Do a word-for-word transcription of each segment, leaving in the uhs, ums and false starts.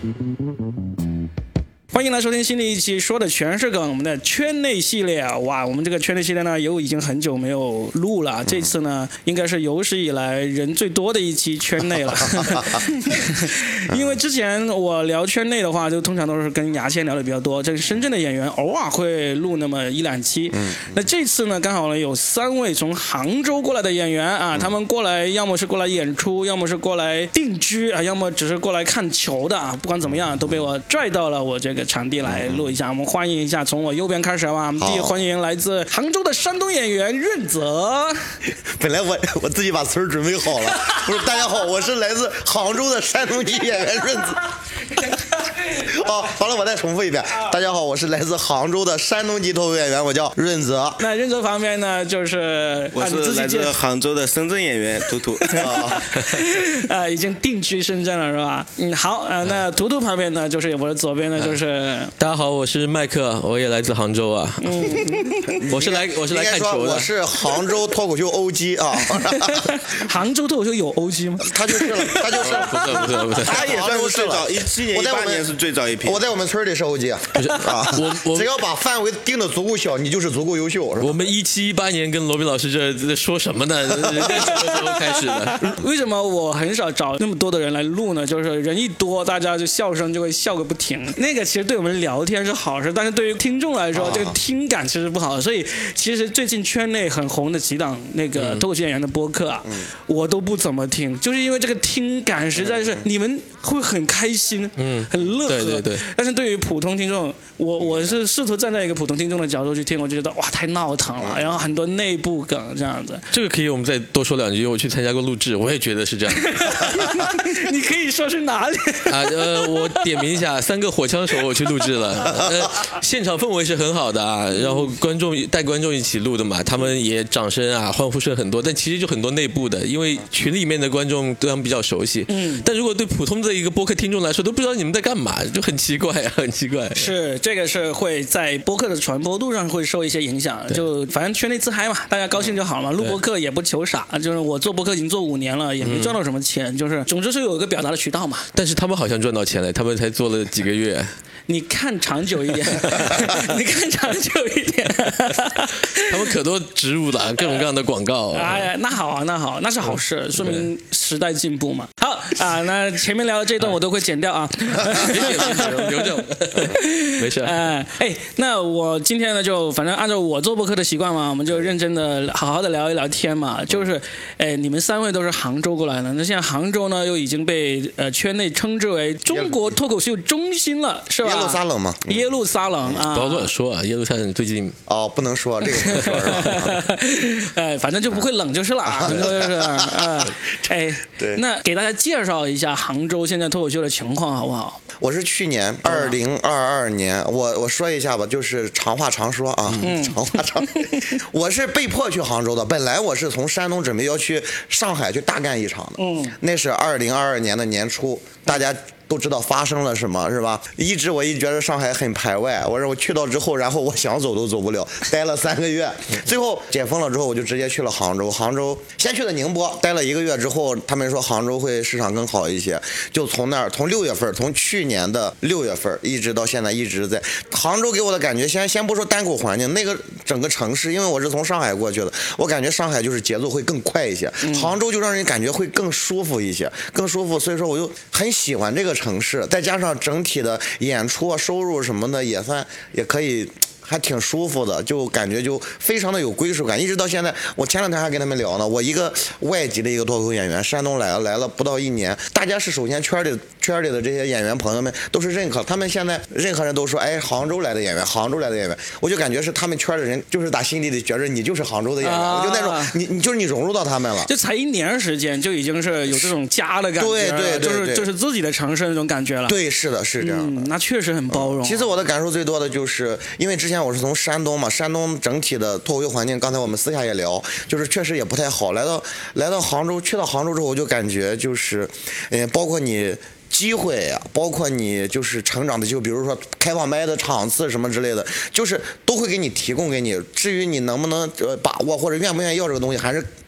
欢迎来收听新的一期，说的全是梗，我们的圈内系列啊！哇，我们这个圈内系列呢，又已经很久没有录了，这次呢，应该是有史以来人最多的一期圈内了。因为之前我聊圈内的话，就通常都是跟牙签聊的比较多，这个深圳的演员偶尔会录那么一两期。那这次呢，刚好呢有三位从杭州过来的演员啊，他们过来要么是过来演出，要么是过来定居啊，要么只是过来看球的啊。不管怎么样，都被我拽到了我这个场地来录一下。我们欢迎一下，从我右边开始吧。我们第一欢迎来自杭州的山东演员润泽。 本来我我自己把词儿准备好了，不是大家好，我是来自杭州的山东籍演员润泽。哦，好了，我再重复一遍。大家好，我是来自杭州的山东籍脱口演员，我叫润泽。 那润泽旁边呢，就是我是来自杭州的深圳演员图图。 啊、呃，已经定居深圳了是吧？嗯，好，呃，那图图旁边呢，就是我的左边呢，就是大家好，我是麦克，我也来自杭州啊。嗯，我是来我是来看球的。 我是杭州脱口秀 O G 啊。 杭州脱口秀有 O G 吗？ 他就是了，他就是了。 不是不是不是， 他也算是最早，一七年、一八年是最早一批。 我在我们村里是 O G 啊。 不是啊，我我只要把范围定的足够小，你就是足够优秀。 我们一七一八年跟罗宾老师这在说什么呢？人家什么时候开始的？ 为什么我很少找那么多的人来录呢？就是人一多，大家就笑声就会笑个不停。那个其实对我们聊天是好事，但是对于听众来说，啊、这个听感其实不好。所以其实最近圈内很红的几档那个脱口秀演员的播客啊，嗯、我都不怎么听，就是因为这个听感实在是、嗯、你们会很开心，嗯，很乐呵。 对对对。 但是对于普通听众，我我是试图站在一个普通听众的角度去听，我就觉得哇太闹腾了，然后很多内部梗这样子。 这个可以我们再多说两句，我去参加过录制，我也觉得是这样。 你可以说是哪里啊？呃，我点名一下，三个火枪手我去录制了，呃，现场氛围是很好的啊，然后观众带观众一起录的嘛，他们也掌声啊欢呼声很多，但其实就很多内部的，因为群里面的观众对他们比较熟悉，嗯，但如果对普通的一个播客听众来说，都不知道你们在干嘛，就很奇怪啊，很奇怪。 是这个是会在播客的传播度上会受一些影响，就反正圈内自嗨嘛，大家高兴就好了嘛。录播客也不求傻，就是我做播客已经做五年了，也没赚到什么钱，嗯、就是总之是有一个表达的渠道嘛。 但是他们好像赚到钱了，他们才做了几个月。 你看长久一点，你看长久一点， 他们可多植入了各种各样的广告。 哎呀，那好啊，那好，那是好事，说明时代进步嘛。好啊，那前面聊的这段我都会剪掉啊， 留着，没事。 哎哎，那我今天呢，就反正按照我做播客的习惯嘛，我们就认真的、好好的聊一聊天嘛。就是，哎，你们三位都是杭州过来的，那现在杭州呢又已经被呃圈内称之为中国脱口秀中心了，是吧？ 耶路撒冷嘛， 耶路撒冷啊， 不要乱说啊！耶路撒冷最近哦，不能说这个，不能说是吧？ 哎，反正就不会冷就是了啊，就是啊，哎， 对， 那给大家介绍一下杭州现在脱口秀的情况好不好？ 我是去年二零二二年，我我说一下吧，就是长话长说啊，嗯、长话长，我是被迫去杭州的，本来我是从山东准备要去上海去大干一场的，嗯，那是二零二二年的年初，大家都知道发生了什么是吧？一直我一直觉得上海很排外，我说我去到之后，然后我想走都走不了，待了三个月，最后解封了之后，我就直接去了杭州。杭州先去了宁波，待了一个月之后，他们说杭州会市场更好一些，就从那儿从六月份，从去年的六月份一直到现在一直在杭州，给我的感觉，先先不说单口环境，那个整个城市，因为我是从上海过去的，我感觉上海就是节奏会更快一些，杭州就让人感觉会更舒服一些，更舒服，所以说我就很喜欢这个城市，再加上整体的演出啊、收入什么的也算也可以。还挺舒服的，就感觉就非常的有归属感。一直到现在，我前两天还跟他们聊呢。我一个外籍的一个脱口演员，山东来了，来了不到一年，大家是首先圈里圈里的这些演员朋友们都是认可，他们现在任何人都说，哎，杭州来的演员，杭州来的演员，我就感觉是他们圈的人，就是打心底里觉得你就是杭州的演员，啊、我就那种你你就是你融入到他们了， 就才一年时间就已经是有这种家的感觉， 对对对， 就是就是自己的城市那种感觉了。 对，是的，是这样的， 嗯、那确实很包容、啊嗯。 其实我的感受最多的就是因为之前我是从山东嘛，山东整体的脱口秀环境，刚才我们私下也聊，就是确实也不太好。来到来到杭州，去到杭州之后，我就感觉就是，嗯，包括你机会呀、啊，包括你就是成长的机会，比如说开放麦的场次什么之类的，就是都会给你提供给你。至于你能不能呃把握或者愿不愿意要这个东西，还是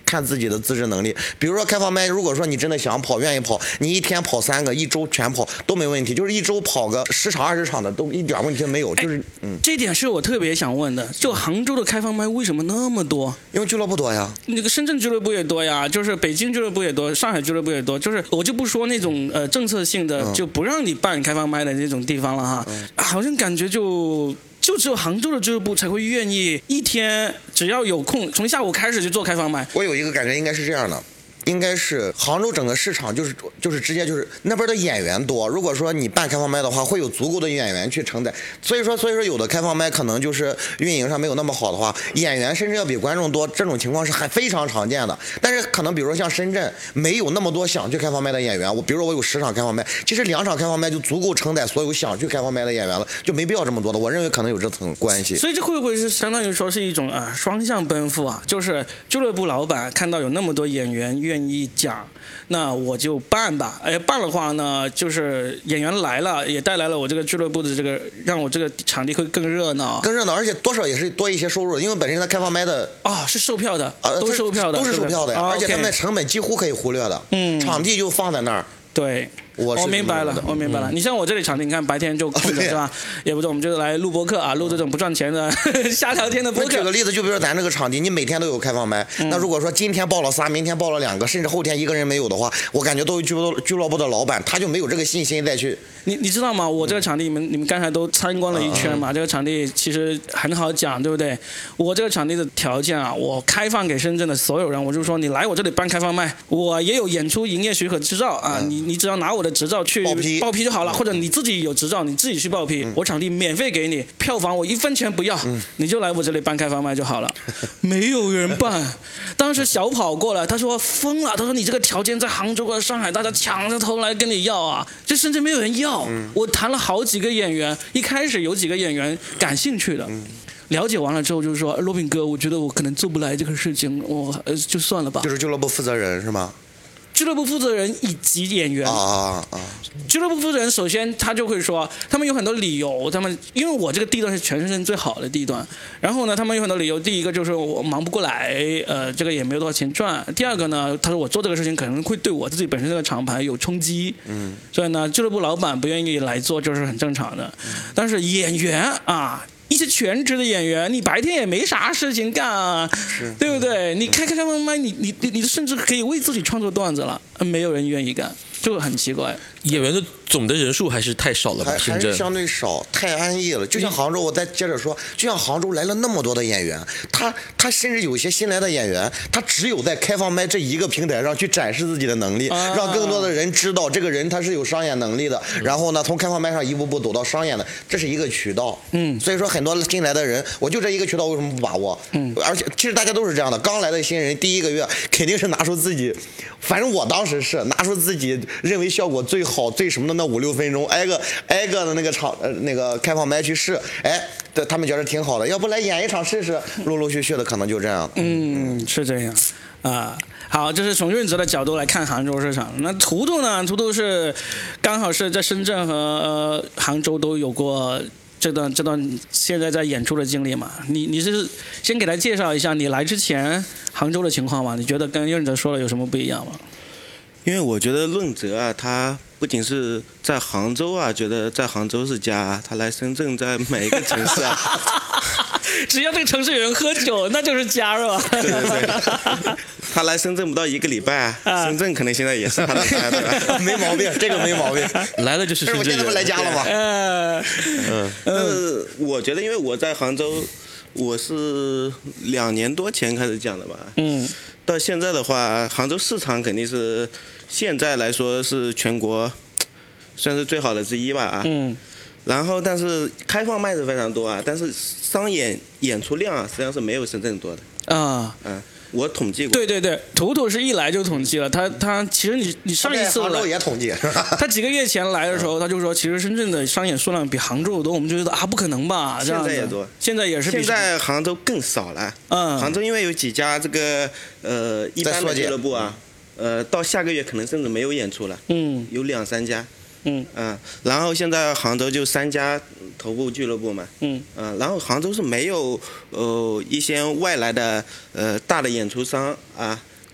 看自己的自制能力。比如说开放麦，如果说你真的想跑，愿意跑，你一天跑三个，一周全跑都没问题，就是一周跑个十场二十场的都一点问题都没有。就是嗯， 这点是我特别想问的，就杭州的开放麦为什么那么多？ 因为俱乐部多呀， 那个深圳俱乐部也多呀，就是北京俱乐部也多，上海俱乐部也多，就是我就不说那种呃政策性的、嗯、就不让你办开放麦的那种地方了哈，嗯、好像感觉就。就只有杭州的俱乐部才会愿意一天只要有空，从下午开始就做开放麦。 我有一个感觉，应该是这样的。应该是杭州整个市场就是就是直接就是那边的演员多，如果说你办开放麦的话，会有足够的演员去承载。所以说所以说有的开放麦可能就是运营上没有那么好的话，演员甚至要比观众多，这种情况是还非常常见的。但是可能比如说像深圳没有那么多想去开放麦的演员，我比如说我有十场开放麦，其实两场开放麦就足够承载所有想去开放麦的演员了，就没必要这么多的。我认为可能有这层关系。 所以这会不会是相当于说是一种啊双向奔赴啊？就是俱乐部老板看到有那么多演员愿意讲，那我就办吧。哎，办的话呢，就是演员来了，也带来了我这个俱乐部的这个，让我这个场地会更热闹， 更热闹，而且多少也是多一些收入，因为本身他开放麦的啊、哦、是售票的， 啊都是售票的， 都是售票的呀， 是是而且他们的成本几乎可以忽略的，嗯，场地就放在那儿， 对。我, 我明白了，我明白了。嗯、你像我这里场地，你看白天就空着、啊、是吧？也不是，我们就来录播客啊，录这种不赚钱的瞎聊天的播客。 举个例子，就比如说咱这个场地，你每天都有开放麦，嗯、那如果说今天报了仨，明天报了两个，甚至后天一个人没有的话，我感觉作为俱乐俱乐部的老板，他就没有这个信心再去。 你你知道吗？我这个场地，你们你们刚才都参观了一圈嘛？嗯、这个场地其实很好讲，对不对？我这个场地的条件啊，我开放给深圳的所有人，我就说你来我这里办开放麦，我也有演出营业许可执照啊，嗯、你你只要拿我的执照去。报批就好了，或者你自己有执照，你自己去报批，嗯、我场地免费给你，票房我一分钱不要，嗯、你就来我这里办开放麦就好了。没有人办，当时小跑过来，他说疯了，他说你这个条件在杭州和上海，大家抢着头来跟你要啊，这甚至没有人要。嗯、我谈了好几个演员，一开始有几个演员感兴趣的。嗯了解完了之后，就是说，罗宾哥，我觉得我可能做不来这个事情，我呃就算了吧。 就是俱乐部负责人是吗？ 俱乐部负责人以及演员啊啊！ 俱乐部负责人首先他就会说，他们有很多理由，他们因为我这个地段是全深圳最好的地段，然后呢，他们有很多理由。第一个就是我忙不过来，呃，这个也没有多少钱赚。第二个呢，他说我做这个事情可能会对我自己本身这个厂牌有冲击，嗯，所以呢，俱乐部老板不愿意来做就是很正常的。嗯、但是演员啊。一些全职的演员，你白天也没啥事情干啊，对不对？你开开开放麦，你你你你甚至可以为自己创作段子了，没有人愿意干，就很奇怪。 演员的总的人数还是太少了吧？ 还还是相对少，太安逸了。就像杭州，我再接着说，就像杭州来了那么多的演员，他他甚至有些新来的演员，他只有在开放麦这一个平台上去展示自己的能力，啊、让更多的人知道这个人他是有商演能力的。嗯、然后呢，从开放麦上一步步走到商演的，这是一个渠道。嗯，所以说很多进来的人，我就这一个渠道，为什么不把握？嗯，而且其实大家都是这样的，刚来的新人第一个月肯定是拿出自己，反正我当时是拿出自己认为效果最好。好最什么的那五六分钟，挨个挨个的那个场呃那个开放麦去试，哎，他们觉得挺好的，要不来演一场试试，陆陆续续的可能就这样。 嗯，是这样啊。好，这是从润泽的角度来看杭州市场。那图图呢？图图是刚好是在深圳和、呃、杭州都有过这段这段现在在演出的经历嘛？你你是先给他介绍一下你来之前杭州的情况嘛？你觉得跟润泽说的有什么不一样吗？ 因为我觉得润泽啊，他不仅是在杭州啊，觉得在杭州是家，他来深圳，在每一个城市啊， 只要这个城市有人喝酒，那就是家，是吧？ 对对对，他来深圳不到一个礼拜，啊、深圳可能现在也是他的家，对没毛病，这个没毛病， 来了就是深圳人。 我见他们来家了吗？ 嗯嗯，但是我觉得，因为我在杭州，我是两年多前开始讲的吧，嗯，到现在的话，杭州市场肯定是。现在来说是全国算是最好的之一吧啊，嗯，然后但是开放麦是非常多啊，但是商演演出量啊实际上是没有深圳多的啊，嗯，我统计过， 对对对，图图是一来就统计了，他他其实你你上一次杭州也统计， 他几个月前来的时候，他就说其实深圳的商演数量比杭州多，我们就觉得啊不可能吧， 现在也多， 现在也是比， 现在杭州更少了，嗯，杭州因为有几家这个呃一般的俱乐部啊。呃，到下个月可能甚至没有演出了，嗯，有两三家，嗯嗯、呃，然后现在杭州就三家头部俱乐部嘛，嗯嗯、呃，然后杭州是没有呃一些外来的呃大的演出商啊，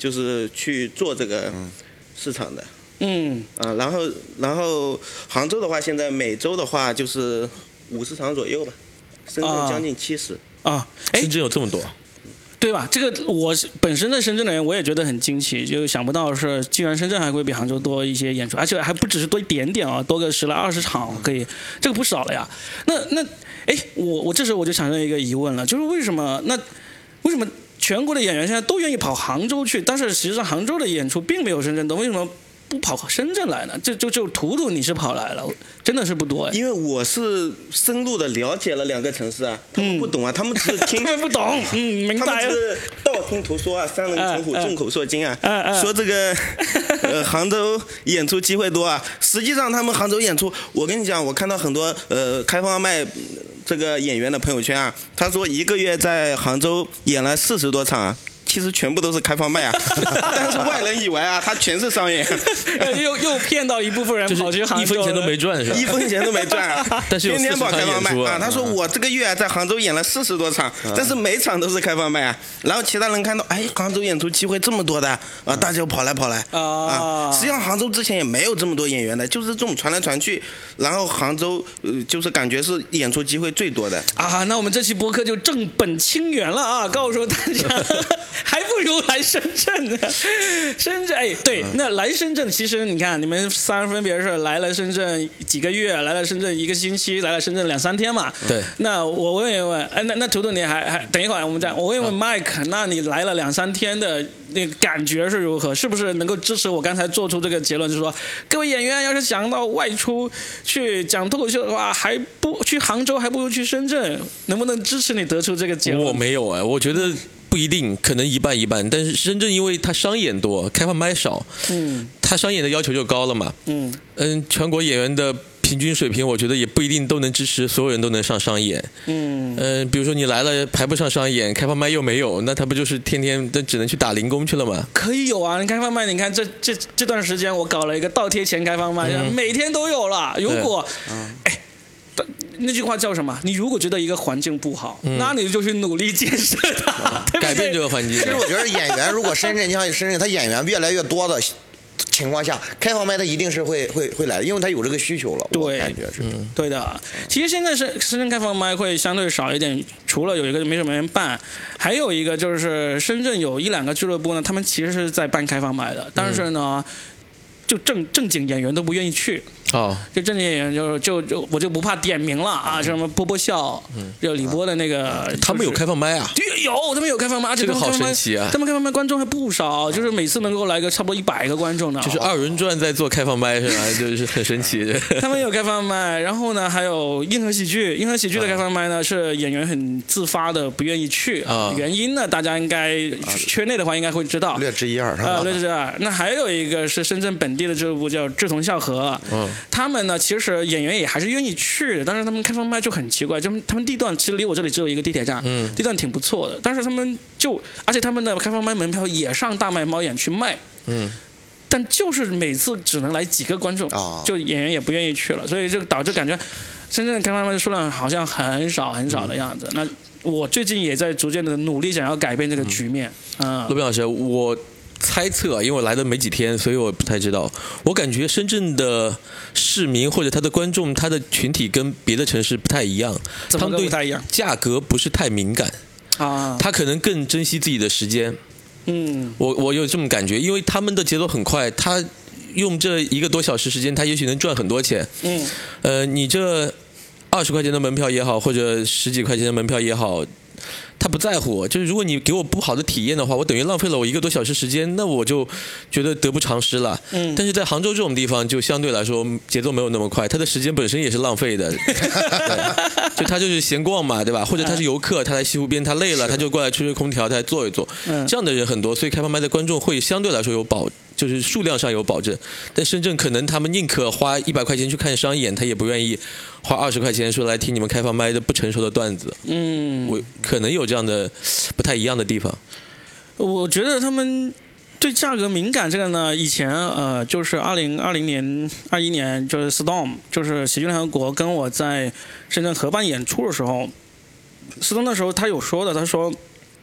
就是去做这个市场的。 嗯啊，然后然后杭州的话，现在每周的话就是五十场左右吧，深圳将近七十。 啊，哎， 深圳有这么多。 对吧？这个我本身在深圳的人，我也觉得很惊奇，就想不到是，竟然深圳还会比杭州多一些演出，而且还不只是多一点点啊，多个十来二十场，可以，这个不少了呀。那那，哎，我我这时候我就产生一个疑问了，就是为什么那为什么全国的演员现在都愿意跑杭州去，但是实际上杭州的演出并没有深圳多，为什么不跑深圳来呢？这就就图图你是跑来了，真的是不多哎。 因为我是深入的了解了两个城市啊，他们不懂啊，他们只是听， 他们不懂，嗯，明白。 他们是道听途说啊，三人成虎，众口铄金啊， 嗯嗯、 说这个呃杭州演出机会多啊，实际上他们杭州演出，我跟你讲，我看到很多呃开放麦这个演员的朋友圈啊，他说一个月在杭州演了四十多场啊。其实全部都是开放麦啊，但是外人以为啊，他全是商演， 又又骗到一部分人跑去杭州， 一分钱都没赚是吧？ 一分钱都没赚啊， 但是有天天跑开放麦啊。 他说我这个月在杭州演了四十多场，但是每场都是开放麦啊。然后其他人看到，哎，杭州演出机会这么多的啊，大家就跑来跑来啊。实际上杭州之前也没有这么多演员的，就是这种传来传去，然后杭州呃就是感觉是演出机会最多的啊。那我们这期播客就正本清源了啊，告诉大家。还不如来深圳呢，深圳哎，对，那来深圳其实你看，你们三人分别是来了深圳几个月，来了深圳一个星期，来了深圳两三天嘛。 对。 那我问一问，哎，那那图图你还还等一会儿我们再，我问一问 Mike， 那你来了两三天的那个感觉是如何？是不是能够支持我刚才做出这个结论，就是说，各位演员要是想到外出去讲脱口秀的话，还不去杭州，还不如去深圳，能不能支持你得出这个结论？ 我没有哎，我觉得。不一定，可能一半一半。但是深圳因为它商演多，开放麦少，嗯，它商演的要求就高了嘛，嗯嗯，全国演员的平均水平，我觉得也不一定都能支持所有人都能上商演，嗯嗯、呃，比如说你来了排不上商演，开放麦又没有，那他不就是天天都只能去打零工去了吗？ 可以有啊，你开放麦，你看这这这段时间我搞了一个倒贴钱开放麦，嗯、每天都有了。如果，哎。那句话叫什么？你如果觉得一个环境不好，嗯、那你就去努力建设它，对对改变这个环境。 其实我觉得演员如果深圳，你像深圳，他演员越来越多的情况下，开放麦他一定是会会会来的，因为他有这个需求了。 对， 我感觉是、 嗯、对的。其实现在是深圳开放麦会相对少一点，除了有一个没什么人办，还有一个就是深圳有一两个俱乐部呢，他们其实是在办开放麦的，但是呢。嗯就正正经演员都不愿意去哦， 就正经演员就就就我就不怕点名了啊，什么波波笑，嗯，就李波的那个，就是、 他们有开放麦啊， 有他们有开放麦，而且这个好神奇啊， 他们开放麦观众还不少，就是每次能够来个差不多一百个观众的， 就是二人转在做开放麦是吧？就是很神奇。 他们有开放麦，然后呢还有硬核喜剧，硬核喜剧的开放麦呢是演员很自发的不愿意去啊，原因呢大家应该圈内的话应该会知道， 略知一二啊，略知一二。那还有一个是深圳本地的俱乐部叫志同笑合，嗯，他们呢其实演员也还是愿意去的，但是他们开放麦就很奇怪，就他们地段其实离我这里只有一个地铁站，嗯，地段挺不错的，但是他们就而且他们的开放麦门票也上大麦猫眼去卖，嗯，但就是每次只能来几个观众，哦，就演员也不愿意去了，所以就导致感觉深圳的开放麦的数量好像很少很少的样子。嗯，那我最近也在逐渐的努力想要改变这个局面。嗯， 罗宾老师，我猜测，因为我来的没几天，所以我不太知道。我感觉深圳的市民或者他的观众，他的群体跟别的城市不太一样， 他们对价格不是太敏感啊，他可能更珍惜自己的时间。嗯，我我有这么感觉，因为他们的节奏很快，他用这一个多小时时间，他也许能赚很多钱。嗯，呃，你这二十块钱的门票也好，或者十几块钱的门票也好。他不在乎，就是如果你给我不好的体验的话，我等于浪费了我一个多小时时间，那我就觉得得不偿失了。嗯，但是在杭州这种地方，就相对来说节奏没有那么快，他的时间本身也是浪费的。就他就是闲逛嘛，对吧？或者他是游客，他来西湖边，他累了，他就过来吹吹空调，他来坐一坐。嗯，这样的人很多，所以开放麦的观众会相对来说有保。就是数量上有保证，但深圳可能他们宁可花一百块钱去看商演，他也不愿意花二十块钱说来听你们开放麦的不成熟的段子。嗯，我可能有这样的不太一样的地方。 我觉得他们对价格敏感这个呢，以前呃就是二零二零年、二一年就是 Storm， 就是喜剧联合国跟我在深圳合办演出的时候 ，Storm 那时候他有说的，他说。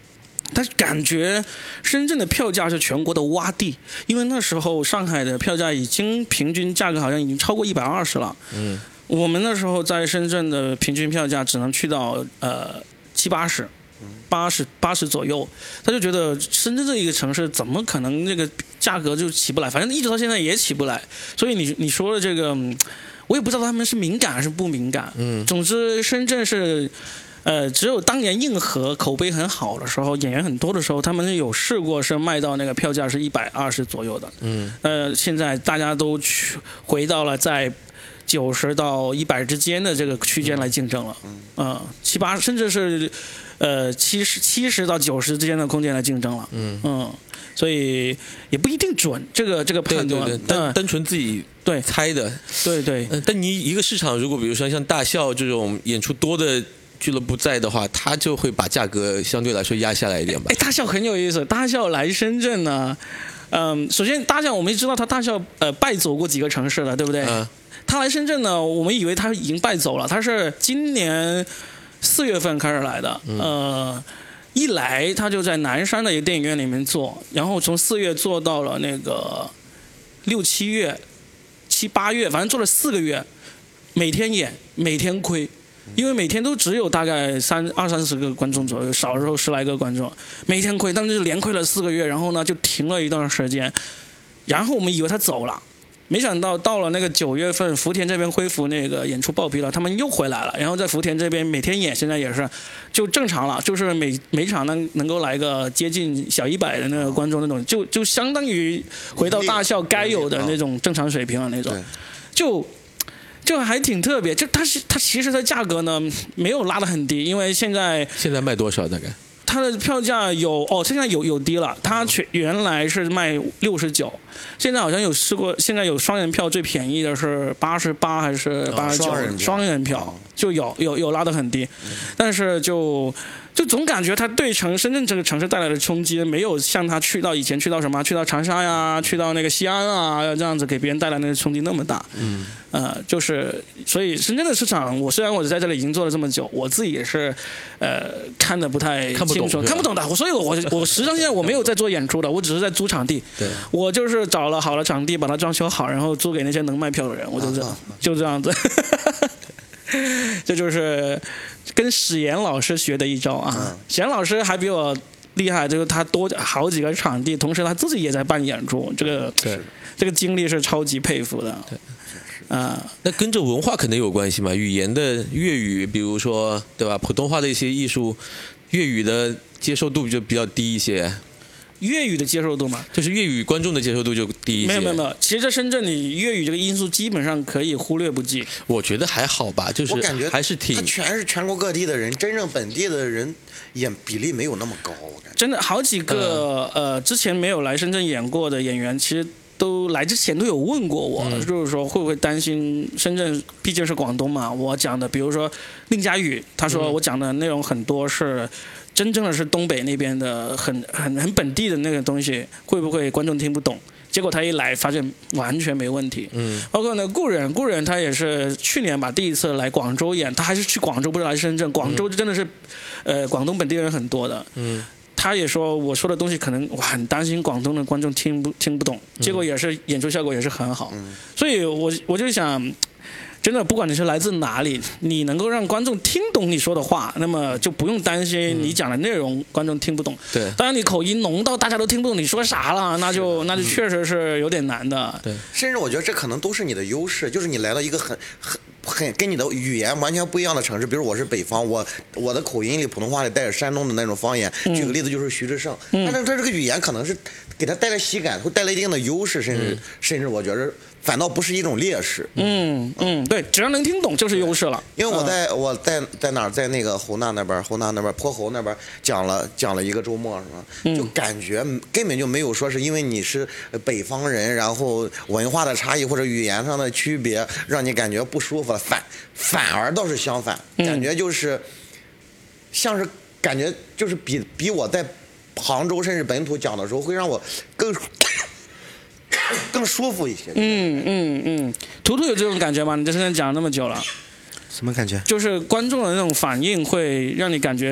但是感觉深圳的票价是全国的洼地，因为那时候上海的票价已经平均价格好像已经超过一百二十了。 嗯， 我们那时候在深圳的平均票价只能去到呃七八十，八十八十左右。他就觉得深圳这一个城市怎么可能这个价格就起不来？反正一直到现在也起不来。所以你你说的这个，我也不知道他们是敏感还是不敏感。 嗯， 总之深圳是。呃，只有当年硬核口碑很好的时候，演员很多的时候，他们有试过是卖到那个票价是一百二十左右的。 嗯， 呃，现在大家都去回到了在九十到一百之间的这个区间来竞争了。嗯，呃，七八甚至是呃七十七十到九十之间的空间来竞争了。嗯嗯，所以也不一定准这个这个判断。 对对对，单、嗯、单纯自己对猜的。 对对。 呃、但你一个市场，如果比如说像大笑这种演出多的俱乐部在的话，他就会把价格相对来说压下来一点吧。 哎，大笑很有意思。大笑来深圳呢，嗯，首先大笑我们知道他大笑呃败走过几个城市了，对不对？嗯。他来深圳呢，我们以为他已经败走了，他是今年四月份开始来的。嗯、呃，一来他就在南山的一个电影院里面做，然后从四月做到了那个六七月、七八月，反正做了四个月，每天演，每天亏。因为每天都只有大概三二三十个观众左右，少的时候十来个观众，每天亏，但是连亏了四个月，然后呢就停了一段时间，然后我们以为他走了，没想到到了那个九月份，福田这边恢复那个演出报批了，他们又回来了，然后在福田这边每天演，现在也是就正常了，就是每每场能能够来个接近小一百的那个观众那种，就就相当于回到大笑该有的那种正常水平了那种，就。就还挺特别，就它是它其实它价格呢没有拉得很低，因为现在现在卖多少大概？ 它的票价有哦，现在有有低了，它全原来是卖六十九，现在好像有试过，现在有双人票最便宜的是八十八还是八十九？双人票就有有有拉得很低，但是就。就总感觉他对城深圳这个城市带来的冲击没有像他去到以前去到什么去到长沙呀，去到那个西安啊这样子给别人带来那个冲击那么大。嗯，呃，就是所以深圳的市场，我虽然我在这里已经做了这么久，我自己也是呃看的不太清楚，看不懂的。所以我我实际上现在我没有在做演出的，我只是在租场地。 对， 我就是找了好的场地，把它装修好，然后租给那些能卖票的人，我就这样、啊、就这样子。这就是跟史岩老师学的一招啊！史岩老师还比我厉害，就是他多好几个场地，同时他自己也在办演出，这个对这个经历是超级佩服的。 对， 啊、呃， 那跟着文化可能有关系嘛？语言的粤语，比如说对吧？普通话的一些艺术，粤语的接受度就比较低一些。 粤语的接受度嘛， 就是粤语观众的接受度就低一些。 没有没有没有，其实在深圳你粤语这个因素基本上可以忽略不计。 我觉得还好吧，就是我感觉还是挺。 它全是全国各地的人，真正本地的人演比例没有那么高，我感觉。 真的好几个、嗯、呃之前没有来深圳演过的演员，其实都来之前都有问过我，嗯、就是说会不会担心深圳毕竟是广东嘛，我讲的比如说宁佳宇，他说我讲的内容很多是。真正的是东北那边的很很很本地的那个东西，会不会观众听不懂？结果他一来发现完全没问题。嗯，包括呢故人，故人他也是去年吧第一次来广州演，他还是去广州，不是来深圳。广州真的是，嗯、呃，广东本地人很多的。嗯，他也说我说的东西可能我很担心广东的观众听不听不懂，结果也是演出效果也是很好。嗯、所以我我就想。真的，不管你是来自哪里，你能够让观众听懂你说的话，那么就不用担心你讲的内容、嗯、观众听不懂。 对， 当然你口音浓到大家都听不懂你说啥了，那就那就确实是有点难的。 对， 甚至我觉得这可能都是你的优势，就是你来到一个很很很跟你的语言完全不一样的城市，比如我是北方，我我的口音里普通话里带着山东的那种方言。嗯、举个例子就是徐志胜，嗯、但是他这个语言可能是给他带来喜感，会带来一定的优势，甚至、嗯、甚至我觉得。反倒不是一种劣势。嗯嗯，对，只要能听懂就是优势了。 因为我在、嗯、我在在哪儿，在那个湖南那边，湖南那边泼猴那边讲了讲了一个周末，是吧？嗯、就感觉根本就没有说是因为你是北方人，然后文化的差异或者语言上的区别让你感觉不舒服了，反反而倒是相反，感觉就是、嗯、像是感觉就是比比我在杭州甚至本土讲的时候会让我更。更舒服一些。 嗯嗯嗯，图图有这种感觉吗？你在深圳讲了那么久了， 什么感觉？ 就是观众的那种反应会让你感觉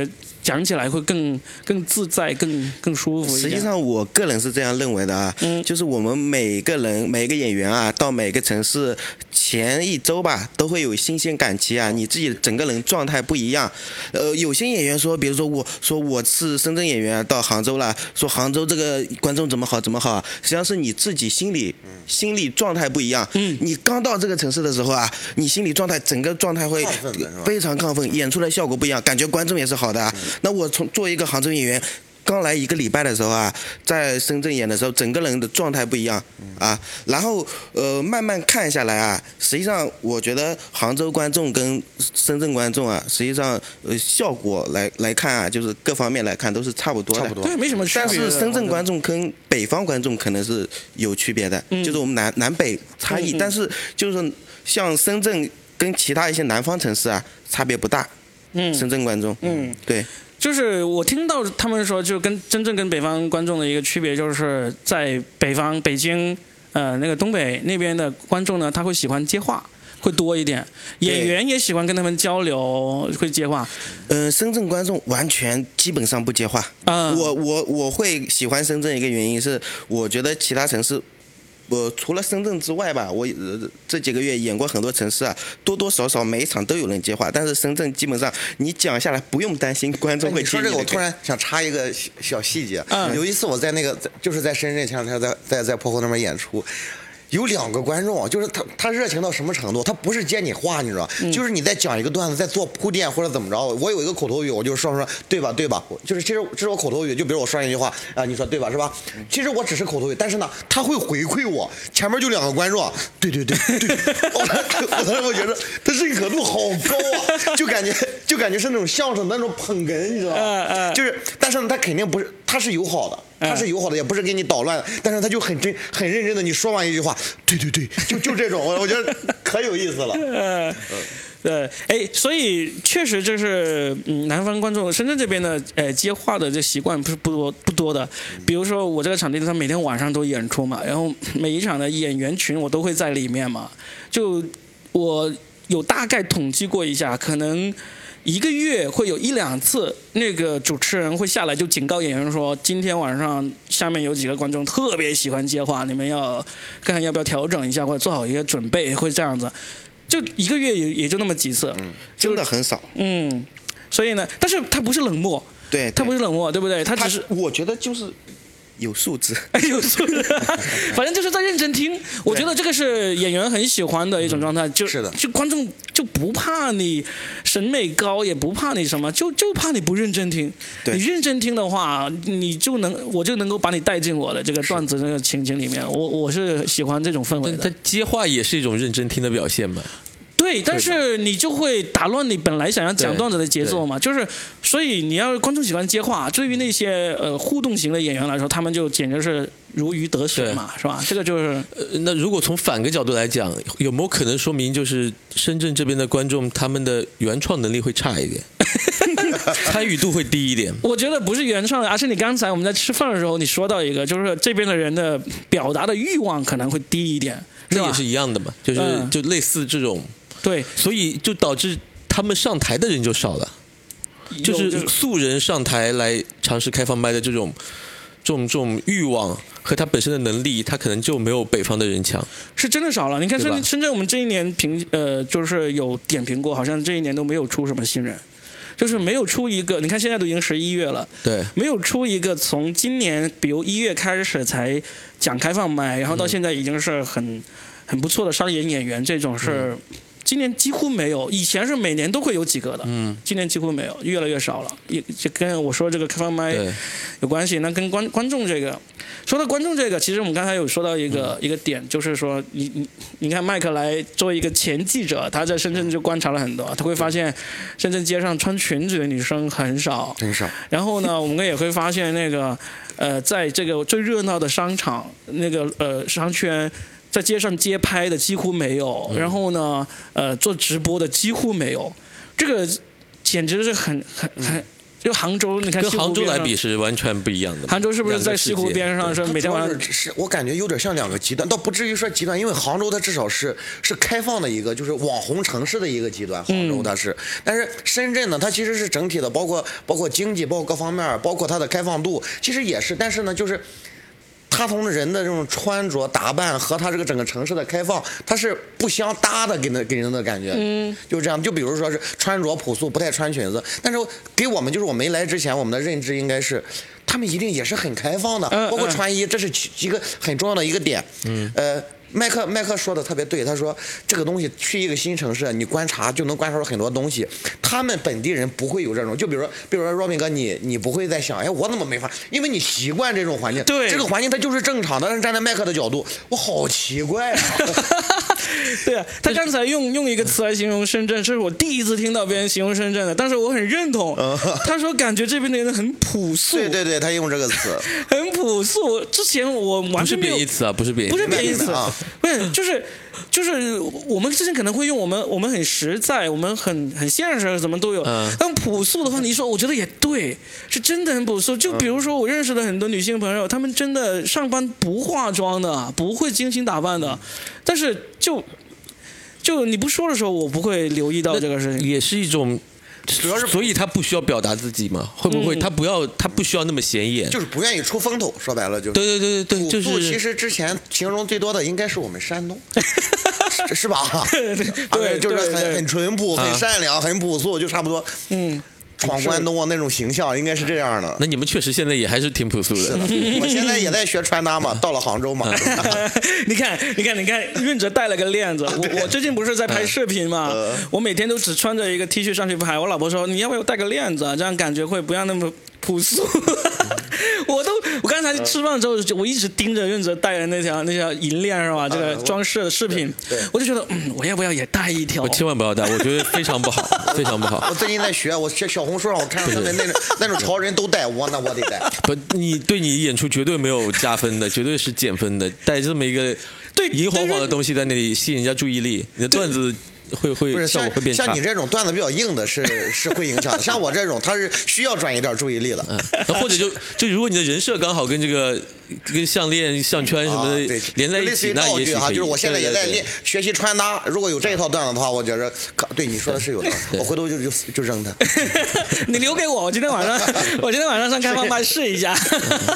讲起来会更更自在、更更舒服一点。 实际上，我个人是这样认为的啊， 嗯， 就是我们每个人、每个演员啊，到每个城市前一周吧，都会有新鲜感期啊，你自己整个人状态不一样。呃，有些演员说，比如说我说我是深圳演员，到杭州了，说杭州这个观众怎么好怎么好啊，实际上是你自己心里心理状态不一样。 嗯， 你刚到这个城市的时候啊，你心理状态整个状态会非常亢奋，演出来效果不一样，感觉观众也是好的啊。那我从作为一个杭州演员，刚来一个礼拜的时候啊，在深圳演的时候，整个人的状态不一样啊。然后呃，慢慢看下来啊，实际上我觉得杭州观众跟深圳观众啊，实际上呃效果来来看啊，就是各方面来看都是差不多的。 差不多。 对，没什么区别。 但是深圳观众跟北方观众可能是有区别的， 嗯、 就是我们南南北差异。 嗯嗯但是就是像深圳跟其他一些南方城市啊，差别不大。 嗯， 深圳观众， 嗯， 对。 就是我听到他们说，就跟真正跟北方观众的一个区别，就是在北方北京，呃，那个东北那边的观众呢，他会喜欢接话，会多一点，演员也喜欢跟他们交流，会接话。 呃，深圳观众完全基本上不接话。 啊、 我我我会喜欢深圳一个原因是，我觉得其他城市。我除了深圳之外吧，我、呃、这几个月演过很多城市啊，多多少少每一场都有人接话，但是深圳基本上你讲下来不用担心观众会接你。 你说这个，我突然想插一个小小细节。 嗯， 有一次我在那个就是在深圳前两天在在在破口那边演出。有两个观众，就是他，他热情到什么程度？他不是接你话，你知道，嗯、就是你在讲一个段子，在做铺垫或者怎么着。我有一个口头语，我就说说对吧，对吧，就是其实这是我口头语。就比如我说一句话啊，你说对吧，是吧？其实我只是口头语，但是呢，他会回馈我。前面就两个观众，对对对对，我我当时我觉得他认可度好高啊，就感觉就感觉是那种相声那种捧哏，你知道吗？ 嗯嗯、 就是，但是呢，他肯定不是，他是友好的。他是友好的，也不是给你捣乱，但是他就很真、很认真的。你说完一句话，对对对，就就这种，我我觉得可有意思了。 嗯，对，哎，所以确实就是嗯，南方观众，深圳这边的呃接话的这习惯不是不多不多的。比如说我这个场地，他每天晚上都演出嘛，然后每一场的演员群我都会在里面嘛。就我有大概统计过一下，可能。一个月会有一两次，那个主持人会下来就警告演员说，今天晚上下面有几个观众特别喜欢接话，你们要看看要不要调整一下，或者做好一个准备，会这样子。就一个月也也就那么几次， 嗯，真的很少。 嗯，所以呢，但是他不是冷漠， 对， 他不是冷漠，对不对？他只是， 我觉得就是有素质， 有素质，反正就是在认真听。我觉得这个是演员很喜欢的一种状态，就是的， 就观众就不怕你审美高，也不怕你什么，就就怕你不认真听。你认真听的话，你就能我就能够把你带进我的这个段子这个情景里面。我我是喜欢这种氛围的。 他接话也是一种认真听的表现嘛。 对，但是你就会打乱你本来想要讲段子的节奏嘛，就是所以你要观众喜欢接话，对于那些呃互动型的演员来说，他们就简直是如鱼得水嘛，是吧？这个就是、 呃、那如果从反个角度来讲，有没有可能说明就是深圳这边的观众他们的原创能力会差一点，参与度会低一点？ 我觉得不是原创的，而是你刚才我们在吃饭的时候你说到一个，就是这边的人的表达的欲望可能会低一点， 那也是一样的嘛，就是、嗯、就类似这种。对，所以就导致他们上台的人就少了，就是素人上台来尝试开放麦的这种、这种、这种欲望和他本身的能力，他可能就没有北方的人强， 是真的少了。你看深深圳，我们这一年评呃，就是有点评过，好像这一年都没有出什么新人，就是没有出一个。你看现在都已经十一月了， 对， 没有出一个从今年比如一月开始才讲开放麦，然后到现在已经是很很不错的商演演员，这种是。嗯，今年几乎没有，以前是每年都会有几个的，嗯，今年几乎没有，越来越少了，也就跟我说这个开放麦有关系。那跟观观众这个，说到观众这个，其实我们刚才有说到一个、嗯、一个点，就是说你你你看麦克来作为一个前记者，他在深圳就观察了很多，他会发现深圳街上穿裙子的女生很少， 很少。 然后呢，我们也会发现那个呃，在这个最热闹的商场那个呃商圈。在街上街拍的几乎没有，然后呢，呃，做直播的几乎没有，这个简直是很很很就杭州，你看跟杭州来西湖边上比是完全不一样的嘛。 杭州是不是在西湖边上是每天晚上？ 是是我感觉有点像两个极端，倒不至于说极端，因为杭州它至少是是开放的一个，就是网红城市的一个极端。杭州它是，嗯、但是深圳呢，它其实是整体的，包括包括经济，包括各方面，包括它的开放度，其实也是，但是呢，就是它从人的这种穿着打扮和它这个整个城市的开放，它是不相搭的，给人给人的感觉，嗯，就这样。就比如说是穿着朴素，不太穿裙子，但是给我们就是我没来之前，我们的认知应该是。他们一定也是很开放的，包括穿衣，这是一个很重要的一个点。嗯，呃，麦克麦克说的特别对，他说这个东西去一个新城市，你观察就能观察到很多东西。他们本地人不会有这种，就比如说，比如说 Robin 哥，你你不会在想，哎，我怎么没法？因为你习惯这种环境， 对， 这个环境它就是正常的。但是站在麦克的角度，我好奇怪啊。 对啊，他刚才用用一个词来形容深圳，这是我第一次听到别人形容深圳的，但是我很认同。他说感觉这边的人很朴素。 对对对，他用这个词， 很朴素。之前我完全没有， 不是贬义词啊，不是贬义词， 不是贬义词啊， 不是就是就是我们之前可能会用我们我们很实在，我们很很现实，什么都有。嗯、但朴素的话，你一说，我觉得也对，是真的很朴素。就比如说我认识的很多女性朋友，她们真的上班不化妆的，不会精心打扮的，但是就。就你不说的时候，我不会留意到这个事情， 也是一种， 主要是所以他不需要表达自己嘛？会不会他不要他不需要那么显眼？ 就是不愿意出风头，说白了就是。 对对对对对，就是其实之前形容最多的应该是我们山东，是, 是吧？ 对， 就是很很淳朴、很善良、很朴素，就差不多。嗯。闯关东啊那种形象应该是这样的。 那你们确实现在也还是挺朴素的。 是的，我现在也在学穿搭嘛，到了杭州嘛。 你看，你看，你看，润泽戴了个链子。我我最近不是在拍视频嘛，我每天都只穿着一个 T 恤上去拍。我老婆说你要不要戴个链子，这样感觉会不要那么朴素。我都，我刚才吃饭之后，我一直盯着润泽戴的那条那条银链是吧？这个装饰的饰品，我就觉得，嗯，我要不要也戴一条？ 我千万不要戴，我觉得非常不好，非常不好。 我最近在学，我学小红书上我看到他们那种那种潮人都戴，我那我得戴。 不，你对你演出绝对没有加分的，绝对是减分的。带这么一个对银晃晃的东西在那里吸引人家注意力，你的段子。会会不是效果会变差。 像你这种段子比较硬的是是会影响的，像我这种他是需要转移点注意力的。 嗯，或者就就如果你的人设刚好跟这个跟项链、项圈什么的连在一起，那也许可以。 就是我现在也在练学习穿搭，如果有这一套段子的话，我觉着对你说的是有的，我回头就就就扔它。 你留给我，我今天晚上我今天晚上上开放麦试一下。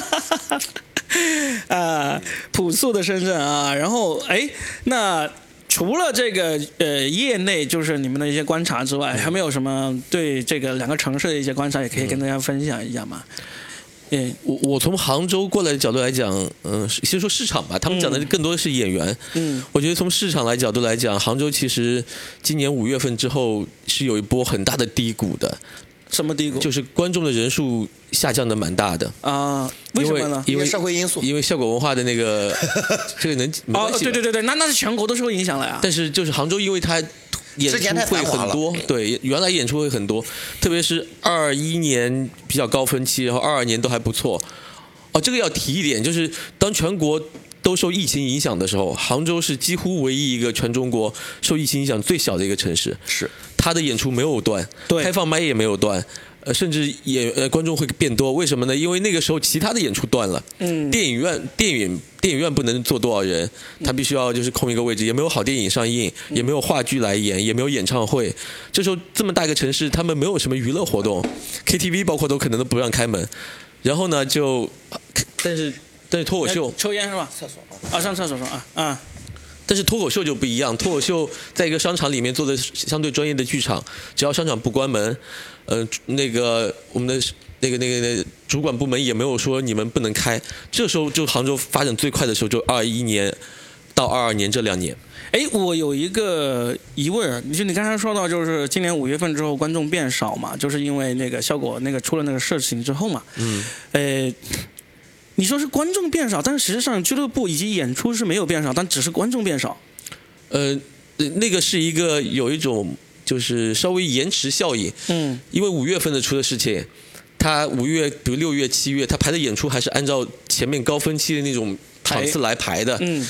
啊，朴素的深圳啊，然后哎那。除了这个呃业内就是你们的一些观察之外，还没有什么对这个两个城市的一些观察，也可以跟大家分享一下嘛？ 嗯，我我从杭州过来的角度来讲，嗯、呃，先说市场吧，他们讲的更多的是演员。嗯，我觉得从市场来角度来讲，杭州其实今年五月份之后是有一波很大的低谷的。 什么低谷？ 就是观众的人数下降的蛮大的啊？为什么呢？ 因为社会因素， 因为效果文化的那个这个能哦，对对对对，那那是全国都受影响了呀。 但是就是杭州，因为它演出会很多，对，原来演出会很多，特别是二一年比较高峰期，然后二二年都还不错。哦，这个要提一点，就是当全国都受疫情影响的时候，杭州是几乎唯一一个全中国受疫情影响最小的一个城市。 是。 他的演出没有断， 对， 开放麦也没有断，呃，甚至也呃观众会变多，为什么呢？因为那个时候其他的演出断了，嗯，电影院电影电影院不能坐多少人，他必须要就是空一个位置，也没有好电影上映，也没有话剧来演，也没有演唱会，这时候这么大一个城市，他们没有什么娱乐活动 ，K T V 包括都可能都不让开门，然后呢就，但是但是脱口秀， 抽烟是吧？厕所啊，上厕所说啊啊。 但是脱口秀就不一样，脱口秀在一个商场里面做的相对专业的剧场，只要商场不关门，呃，那个我们的那个那个那个主管部门也没有说你们不能开。这时候就杭州发展最快的时候，就二一年到二二年这两年。 哎，我有一个疑问，就你刚才说到，就是今年五月份之后观众变少嘛，就是因为那个效果那个出了那个事情之后嘛，嗯，呃。你说是观众变少，但是实际上俱乐部以及演出是没有变少，但只是观众变少。 呃，那个是一个有一种就是稍微延迟效应。嗯，因为五月份的出的事情，他五月比如六月、七月，他排的演出还是按照前面高峰期的那种场次来排的。嗯，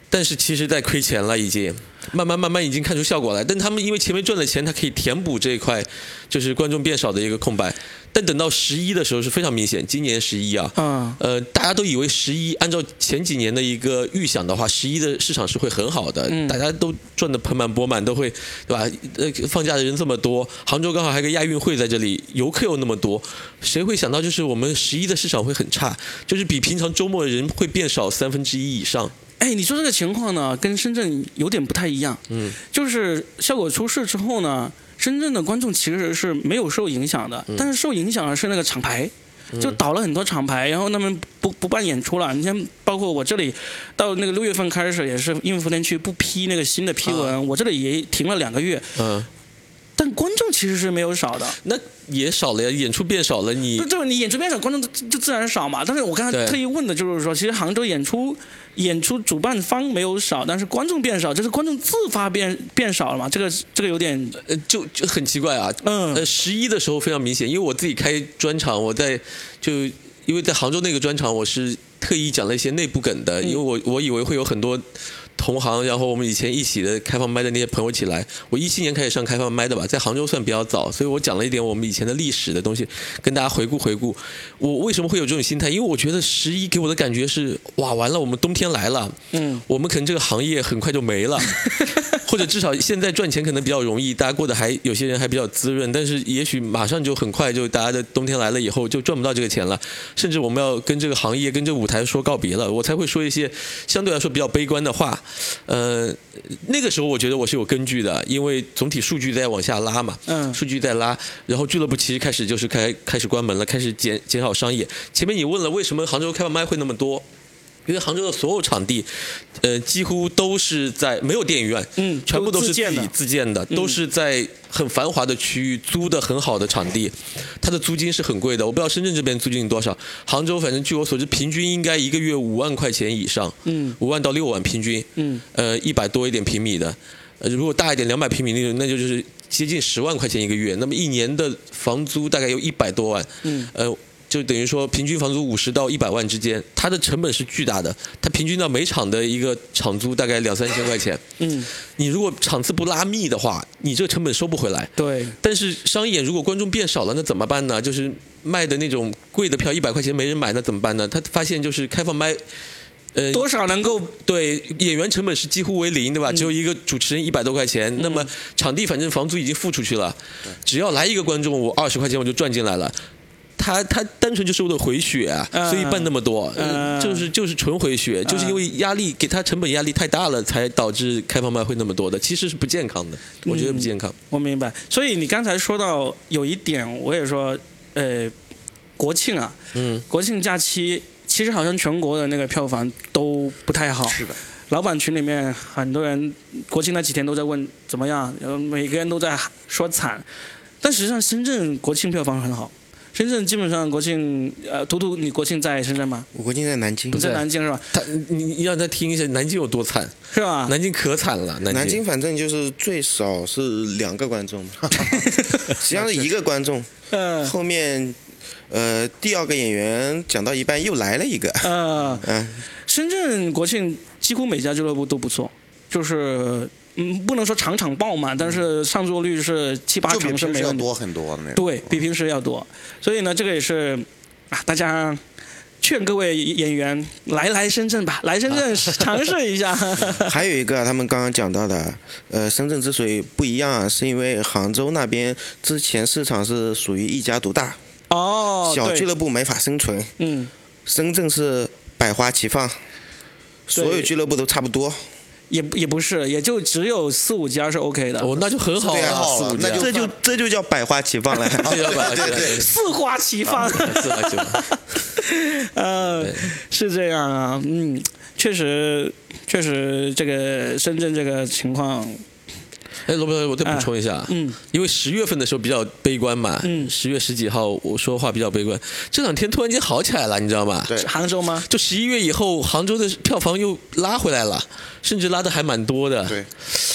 但是其实在亏钱了，已经慢慢慢慢已经看出效果来。但他们因为前面赚了钱，他可以填补这一块就是观众变少的一个空白。但等到十一的时候是非常明显，今年十一啊， 嗯， 呃，大家都以为十一按照前几年的一个预想的话，十一的市场是会很好的， 嗯、 大家都赚得盆满钵满，都会对吧？呃，放假的人这么多，杭州刚好还有个亚运会在这里，游客又那么多，谁会想到就是我们十一的市场会很差，就是比平常周末人会变少三分之一以上。 哎，你说这个情况呢，跟深圳有点不太一样。 嗯， 就是效果出事之后呢，深圳的观众其实是没有受影响的，嗯、但是受影响的是那个厂牌，就倒了很多厂牌，然后他们不不办演出了。你像包括我这里，到那个六月份开始也是因为福田区不批那个新的批文，啊、我这里也停了两个月。 嗯。 但观众其实是没有少的， 那也少了呀，演出变少了，你对，你演出变少，观众就自然少嘛。但是我刚才特意问的就是说，其实杭州演出演出主办方没有少，但是观众变少，就是观众自发变变少了嘛。这个这个有点呃，就就很奇怪啊。 嗯， 呃，十一的时候非常明显，因为我自己开专场，我在就因为在杭州那个专场，我是特意讲了一些内部梗的，因为我我以为会有很多同行，然后我们以前一起的开放麦的那些朋友一起来。我一七年开始上开放麦的吧，在杭州算比较早，所以我讲了一点我们以前的历史的东西，跟大家回顾回顾。我为什么会有这种心态？因为我觉得十一给我的感觉是，哇，完了，我们冬天来了， 嗯， 我们可能这个行业很快就没了。或者至少现在赚钱可能比较容易，大家过得还有些人还比较滋润，但是也许马上就很快就大家的冬天来了以后就赚不到这个钱了，甚至我们要跟这个行业跟这个舞台说告别了，我才会说一些相对来说比较悲观的话。呃，那个时候我觉得我是有根据的，因为总体数据在往下拉嘛， 嗯， 数据在拉，然后俱乐部其实开始就是开开始关门了，开始减减少商业。前面你问了为什么杭州开放麦会那么多？因为杭州的所有场地，呃，几乎都是在没有电影院， 嗯， 全部都是自己自建的， 自建的， 嗯、 都是在很繁华的区域租的很好的场地，它的租金是很贵的。我不知道深圳这边租金多少，杭州反正据我所知，平均应该一个月五万块钱以上， 嗯， 五万到六万平均， 嗯， 呃，一百多一点平米的，呃，如果大一点两百平米那种，那就就是接近十万块钱一个月，那么一年的房租大概有一百多万， 嗯， 呃。就等于说平均房租五十到一百万之间，它的成本是巨大的，它平均到每场的一个场租大概两三千块钱。 嗯， 你如果场次不拉密的话，你这个成本收不回来。 对。 但是商演如果观众变少了，那怎么办呢？就是卖的那种贵的票一百块钱没人买，那怎么办呢？他发现就是开放麦。呃， 多少能够对演员成本是几乎为零，对吧？嗯、只有一个主持人一百多块钱，嗯、那么场地反正房租已经付出去了，只要来一个观众，我二十块钱我就赚进来了。他他单纯就是为了回血啊， 嗯、 所以办那么多， 嗯、 就是就是纯回血，嗯、就是因为压力给他成本压力太大了，才导致开放麦会那么多的，其实是不健康的，我觉得不健康。 嗯、我明白，所以你刚才说到有一点，我也说，呃，国庆啊， 嗯， 国庆假期其实好像全国的那个票房都不太好。 是的。 老板群里面很多人国庆那几天都在问怎么样，然后每个人都在说惨，但实际上深圳国庆票房很好。深圳基本上国庆，呃，图图，你国庆在深圳吗？ 我国庆在南京。 不在南京是吧？ 他，你你让他听一下南京有多惨， 是吧？ 南京可惨了，南京。 南京反正就是最少是两个观众，实际上是一个观众， 嗯， 后面，呃，第二个演员讲到一半又来了一个， 嗯嗯， 深圳国庆几乎每家俱乐部都不错，就是。嗯，不能说场场爆满，但是上座率是七八成是没问题， 多很多那对比平时要多，所以呢，这个也是啊，大家劝各位演员来来深圳吧，来深圳尝试一下。 还有一个他们刚刚讲到的，呃，深圳之所以不一样，是因为杭州那边之前市场是属于一家独大， 哦， 小俱乐部没法生存， 嗯， 深圳是百花齐放，所有俱乐部都差不多。 也也不是，也就只有四五家是 OK 的。 哦，那就很好了， 四五家， 那就这就这就叫百花齐放了， 对对对， 四花齐放， 四花齐放。 呃，是这样啊，嗯，确实确实，这个深圳这个情况。 哎，罗伯特，我再补充一下，啊、 嗯， 因为十月份的时候比较悲观嘛， 嗯， 十月十几号我说话比较悲观，这两天突然间好起来了，你知道吗？ 对， 杭州吗？ 就十一月以后，杭州的票房又拉回来了，甚至拉的还蛮多的。 对，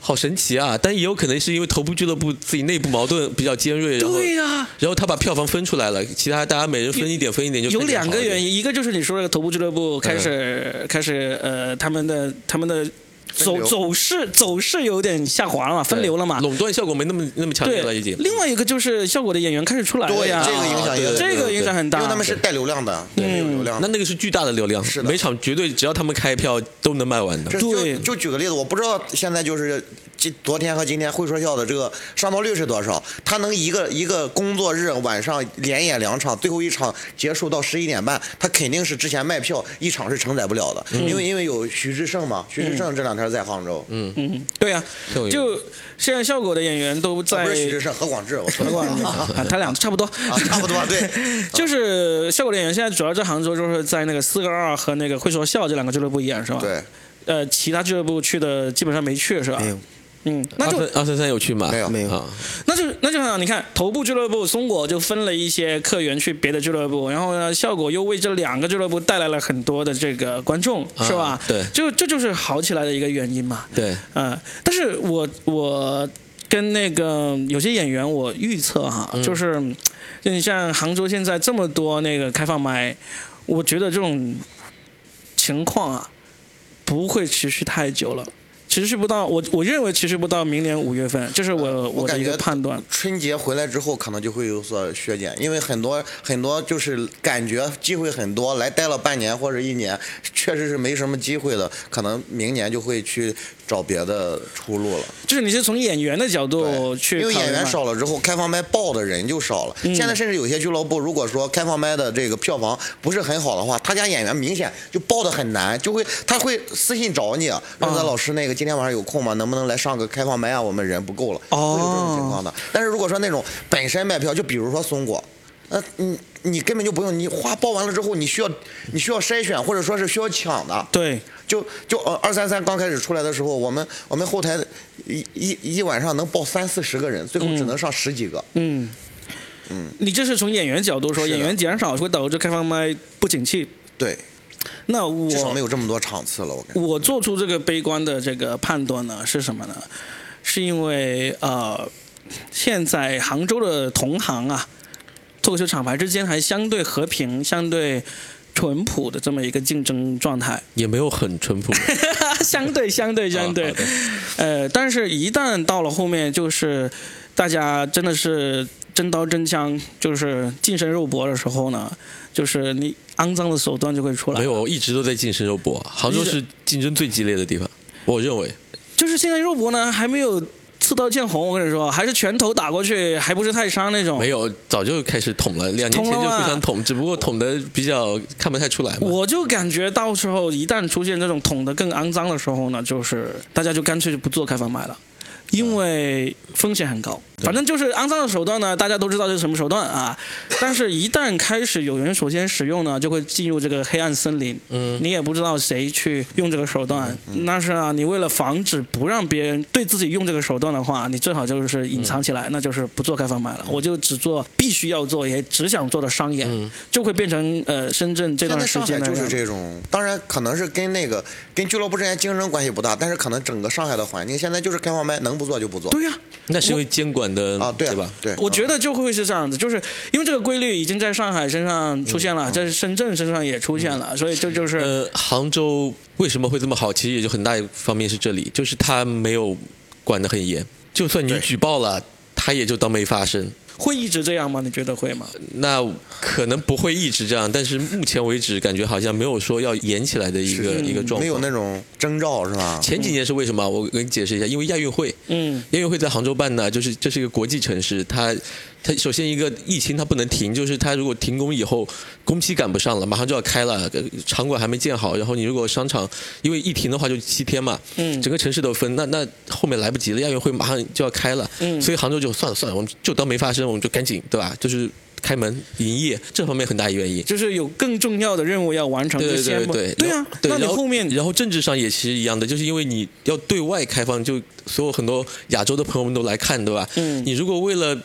好神奇啊！但也有可能是因为头部俱乐部自己内部矛盾比较尖锐，然后对呀、啊， 然后他把票房分出来了，其他大家每人分一点，分一点就有两个原因， 因，一个就是你说的头部俱乐部开始、嗯、开始呃他们的他们的。走走势走势有点下滑了嘛，分流了嘛， 垄断效果没那么那么强烈了已经。 另外一个就是效果的演员开始出来了呀， 对这个影响也这个影响很大， 因为他们是带流量的，对，有流量的。 那那个是巨大的流量， 是的， 每场绝对只要他们开票都能卖完的。 对， 就举个例子，我不知道现在就是昨天和今天会说笑的这个上座率是多少，他能一个一个工作日晚上连演两场，最后一场结束到十一点半，他肯定是之前卖票一场是承载不了的，嗯、因为因为有徐志胜嘛，徐志胜这两天在杭州。 嗯嗯，对呀、啊，就现在效果的演员都在。 啊、不是徐志胜，何广智，我说何广智啊，他俩差不多， 啊，差不多，对。 就是效果的演员现在主要在杭州，就是在那个四个二和那个会说笑这两个俱乐部演，是吧？ 对。 呃，其他俱乐部去的基本上没去，是吧？ 没有。 嗯，那就二三三有去吗？ 没有， 没有。啊、 那就那就好，你看头部俱乐部松果就分了一些客源去别的俱乐部，然后呢，效果又为这两个俱乐部带来了很多的这个观众， 啊、 是吧？ 对， 就这就, 就是好起来的一个原因嘛。 对， 嗯、呃，但是我我跟那个有些演员我预测哈，嗯、就是就你像杭州现在这么多那个开放麦，我觉得这种情况啊不会持续太久了。持续不到我，我认为持续不到明年五月份，这是我我的一个判断。 春节回来之后，可能就会有所削减，因为很多很多就是感觉机会很多，来待了半年或者一年，确实是没什么机会的，可能明年就会去找别的出路了。 就是你是从演员的角度去， 因为演员少了之后，开放麦报的人就少了。嗯、现在甚至有些俱乐部，如果说开放麦的这个票房不是很好的话，他家演员明显就报的很难，就会他会私信找你，让咱老师那个。今天晚上有空吗？能不能来上个开放麦啊？我们人不够了， 哦、 会有这种情况的。但是如果说那种本身卖票，就比如说松果，那你你根本就不用，你花报完了之后，你需要你需要筛选，或者说是需要抢的。 对， 就就呃二三三刚开始出来的时候，我们我们后台一一一晚上能报三四十个人，最后只能上十几个。 嗯嗯，你这是从演员角度说，演员减少会导致开放麦不景气。 对。 那我至少没有这么多场次了，我感觉。 我做出这个悲观的这个判断呢，是什么呢？是因为呃，现在杭州的同行啊，脱口秀厂牌之间还相对和平、相对淳朴的这么一个竞争状态， 也没有很淳朴， 相对相对相对，呃，但是一旦到了后面，就是大家真的是真刀真枪，就是近身肉搏的时候呢，就是你肮脏的手段就会出来。 没有，一直都在近身肉搏，杭州是竞争最激烈的地方，我认为。 就是现在肉搏呢，还没有刺刀见红，我跟你说，还是拳头打过去，还不是太伤那种。 没有，早就开始捅了，两年前就非常捅，只不过捅的比较看不太出来嘛。 我就感觉到时候一旦出现这种捅的更肮脏的时候呢，就是大家就干脆就不做开放麦了。因为风险很高，反正就是肮脏的手段呢，大家都知道这是什么手段啊。但是，一旦开始有人首先使用呢，就会进入这个黑暗森林。嗯，你也不知道谁去用这个手段。嗯、但是啊，你为了防止不让别人对自己用这个手段的话，你最好就是隐藏起来，嗯、那就是不做开放麦了。我就只做必须要做也只想做的商演，嗯、就会变成呃深圳这段时间的。 现在上海就是这种，当然可能是跟那个跟俱乐部之间竞争关系不大，但是可能整个上海的环境现在就是开放麦能不做就不做。 对呀、啊， 那是因为监管的啊，对对吧？ 对， 我觉得就会是这样子，就是因为这个规律已经在上海身上出现了，嗯、在深圳身上也出现了，嗯、所以这就是呃，杭州为什么会这么好？其实也就很大一方面是这里，就是它没有管得很严，就算你举报了，它也就当没发生。 会一直这样吗？你觉得会吗？ 那可能不会一直这样，但是目前为止感觉好像没有说要严起来的一个一个状况， 没有那种征兆是吧？ 前几年是为什么？我给你解释一下，因为亚运会，嗯，亚运会在杭州办呢，就是这是一个国际城市，它它首先一个疫情它不能停，就是它如果停工以后，工期赶不上了，马上就要开了，场馆还没建好，然后你如果商场因为一停的话就七天嘛，嗯，整个城市都分，那那后面来不及了，亚运会马上就要开了，嗯，所以杭州就算了算了，我们就当没发生。我们就赶紧，对吧？就是开门营业，这方面很大原因， 就是有更重要的任务要完成。 对对对对， 对啊。 对， 那你后面， 然后政治上也其实一样的，就是因为你要对外开放，就所有很多亚洲的朋友们都来看，对吧？嗯。你如果为了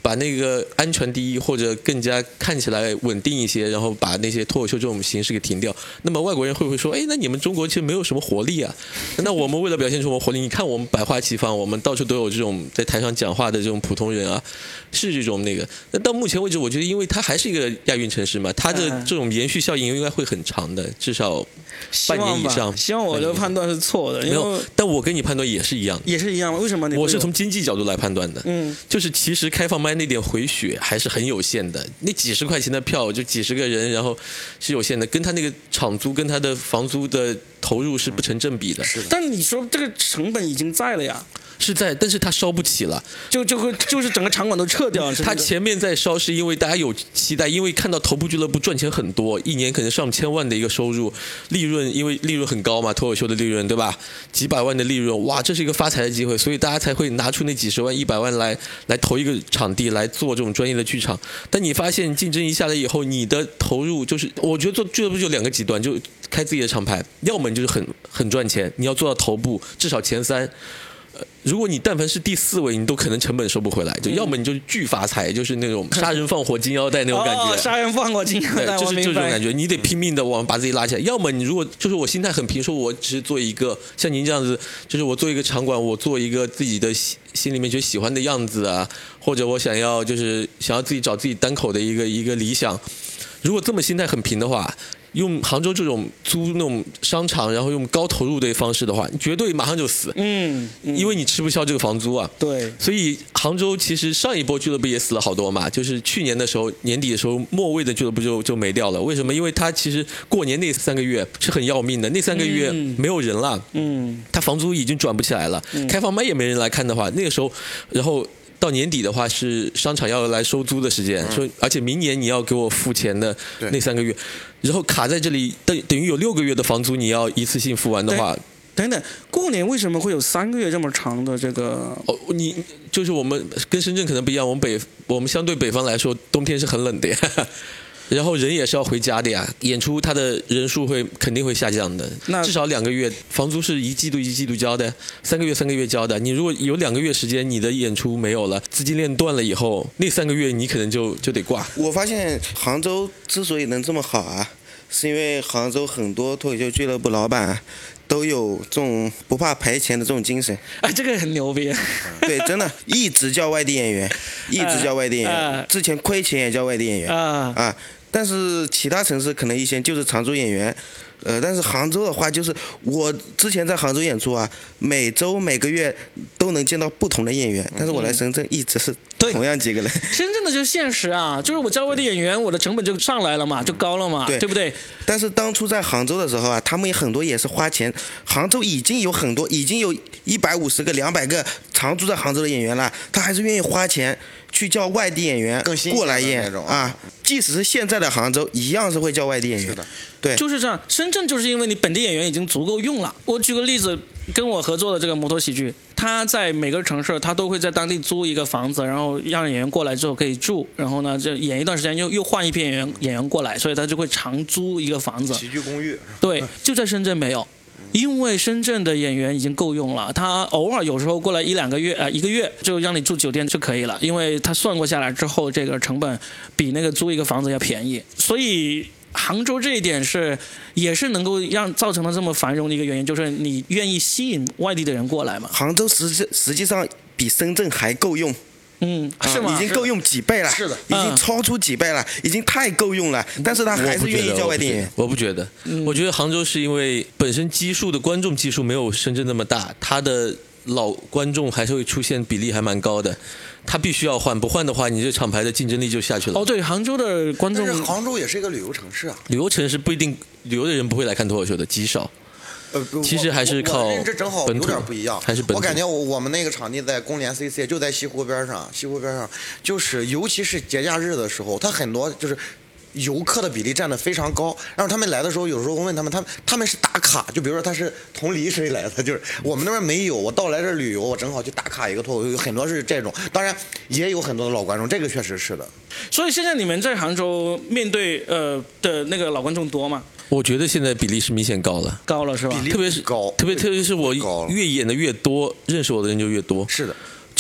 把那个安全第一，或者更加看起来稳定一些，然后把那些脱口秀这种形式给停掉。那么外国人会不会说，哎，那你们中国其实没有什么活力啊？那我们为了表现出我们活力，你看我们百花齐放，我们到处都有这种在台上讲话的这种普通人啊，是这种那个。那到目前为止，我觉得因为它还是一个亚运城市嘛，它的这种延续效应应该会很长的，至少半年以上。 希望我的判断是错的，因为没有，但我跟你判断也是一样， 也是一样。为什么你？ 我是从经济角度来判断的， 嗯， 就是其实开放麦那点回血还是很有限的，那几十块钱的票就几十个人，然后是有限的，跟他那个场租跟他的房租的投入是不成正比的。 是的。 但你说这个成本已经在了呀。 是在，但是它烧不起了， 就就会就是整个场馆都撤掉了。 它前面在烧，是因为大家有期待，因为看到头部俱乐部赚钱很多，一年可能上千万的一个收入，利润因为利润很高嘛，脱口秀的利润对吧？几百万的利润，哇，这是一个发财的机会，所以大家才会拿出那几十万、一百万来来投一个场地来做这种专业的剧场。但你发现竞争一下来以后，你的投入就是，我觉得做俱乐部就两个极端，就开自己的厂牌，要么你就是很很赚钱，你要做到头部至少前三。如果你但凡是第四位，你都可能成本收不回来，就要么你就巨发财，就是那种杀人放火金腰带那种感觉。 哦，杀人放火金腰带， 就是这种感觉，你得拼命的往把自己拉起来。要么你如果就是我心态很平，说我只是做一个像您这样子，就是我做一个场馆，我做一个自己的心心里面觉得喜欢的样子啊，或者我想要就是想要自己找自己单口的一个一个理想。如果这么心态很平的话，用杭州这种租那种商场，然后用高投入的方式的话，你绝对马上就死。 嗯，嗯因为你吃不消这个房租啊。 对。 所以杭州其实上一波俱乐部也死了好多嘛，就是去年的时候年底的时候，末位的俱乐部就就没掉了。为什么？因为他其实过年那三个月是很要命的，那三个月没有人了。 嗯。 他房租已经转不起来了，嗯、开放麦也没人来看的话，那个时候，然后。到年底的话是商场要来收租的时间，说、嗯、而且明年你要给我付钱的那三个月，然后卡在这里，等等于有六个月的房租你要一次性付完的话， 等等，过年为什么会有三个月这么长的这个？ 哦，你就是我们跟深圳可能不一样，我们北我们相对北方来说，冬天是很冷的呀。然后人也是要回家的呀，演出它的人数会肯定会下降的，至少两个月，房租是一季度一季度交的，三个月三个月交的。你如果有两个月时间，你的演出没有了，资金链断了以后，那三个月你可能就就得挂。 我发现杭州之所以能这么好啊，是因为杭州很多脱口秀俱乐部老板都有这种不怕赔钱的这种精神。 哎，这个很牛逼。 对，真的，一直叫外地演员，一直叫外地演员，呃、之前亏钱也叫外地演员啊、呃、啊。但是其他城市可能以前就是常驻演员，呃，但是杭州的话，就是我之前在杭州演出啊，每周每个月都能见到不同的演员，但是我来深圳一直是同样几个人。 深圳的就是现实啊，就是我招外地演员，我的成本就上来了嘛，就高了嘛，对，对不对？ 但是当初在杭州的时候啊，他们很多也是花钱，杭州已经有很多，已经有一百五十个、两百个常驻在杭州的演员了，他还是愿意花钱去叫外地演员过来演啊。即使是现在的杭州，一样是会叫外地演员。 是的， 对， 就是这样。深圳就是因为你本地演员已经足够用了。我举个例子，跟我合作的这个摩托喜剧，他在每个城市，他都会在当地租一个房子，然后让演员过来之后可以住，然后呢，就演一段时间又又换一批演员演员过来，所以他就会长租一个房子。 喜剧公寓。 对，就在深圳没有。因为深圳的演员已经够用了，他偶尔有时候过来一两个月，呃，一个月就让你住酒店就可以了，因为他算过下来之后，这个成本比那个租一个房子要便宜，所以杭州这一点是也是能够让造成了这么繁荣的一个原因，就是你愿意吸引外地的人过来嘛。 杭州实际实际上比深圳还够用。 嗯，是吗？ 已经够用几倍了， 是的， 已经超出几倍了，已经太够用了。但是他还是愿意叫外地演员。 我不觉得，嗯、我觉得杭州是因为本身基数的观众基数没有深圳那么大，他的老观众还是会出现比例还蛮高的。他必须要换，不换的话，你这厂牌的竞争力就下去了。 哦，对，杭州的观众， 但是杭州也是一个旅游城市啊。 旅游城市不一定，旅游的人不会来看脱口秀的，极少。 呃， 其实还是靠认知正好有点不一样， 还是本土。 我感觉我我们那个场地在公联 C C， 就在西湖边上，西湖边上，就是尤其是节假日的时候，他很多就是游客的比例占得非常高。然后他们来的时候，有时候我问他们，他们他们是打卡，就比如说他是从丽水来的，就是我们那边没有，我到来这旅游，我正好去打卡一个脱口秀，有很多是这种。当然也有很多的老观众，这个确实是的。 所以现在你们在杭州面对呃的那个老观众多吗？ 我觉得现在比例是明显高了， 高了是吧？ 比例特别是高， 特别特别是我越演的越多，认识我的人就越多。 是的，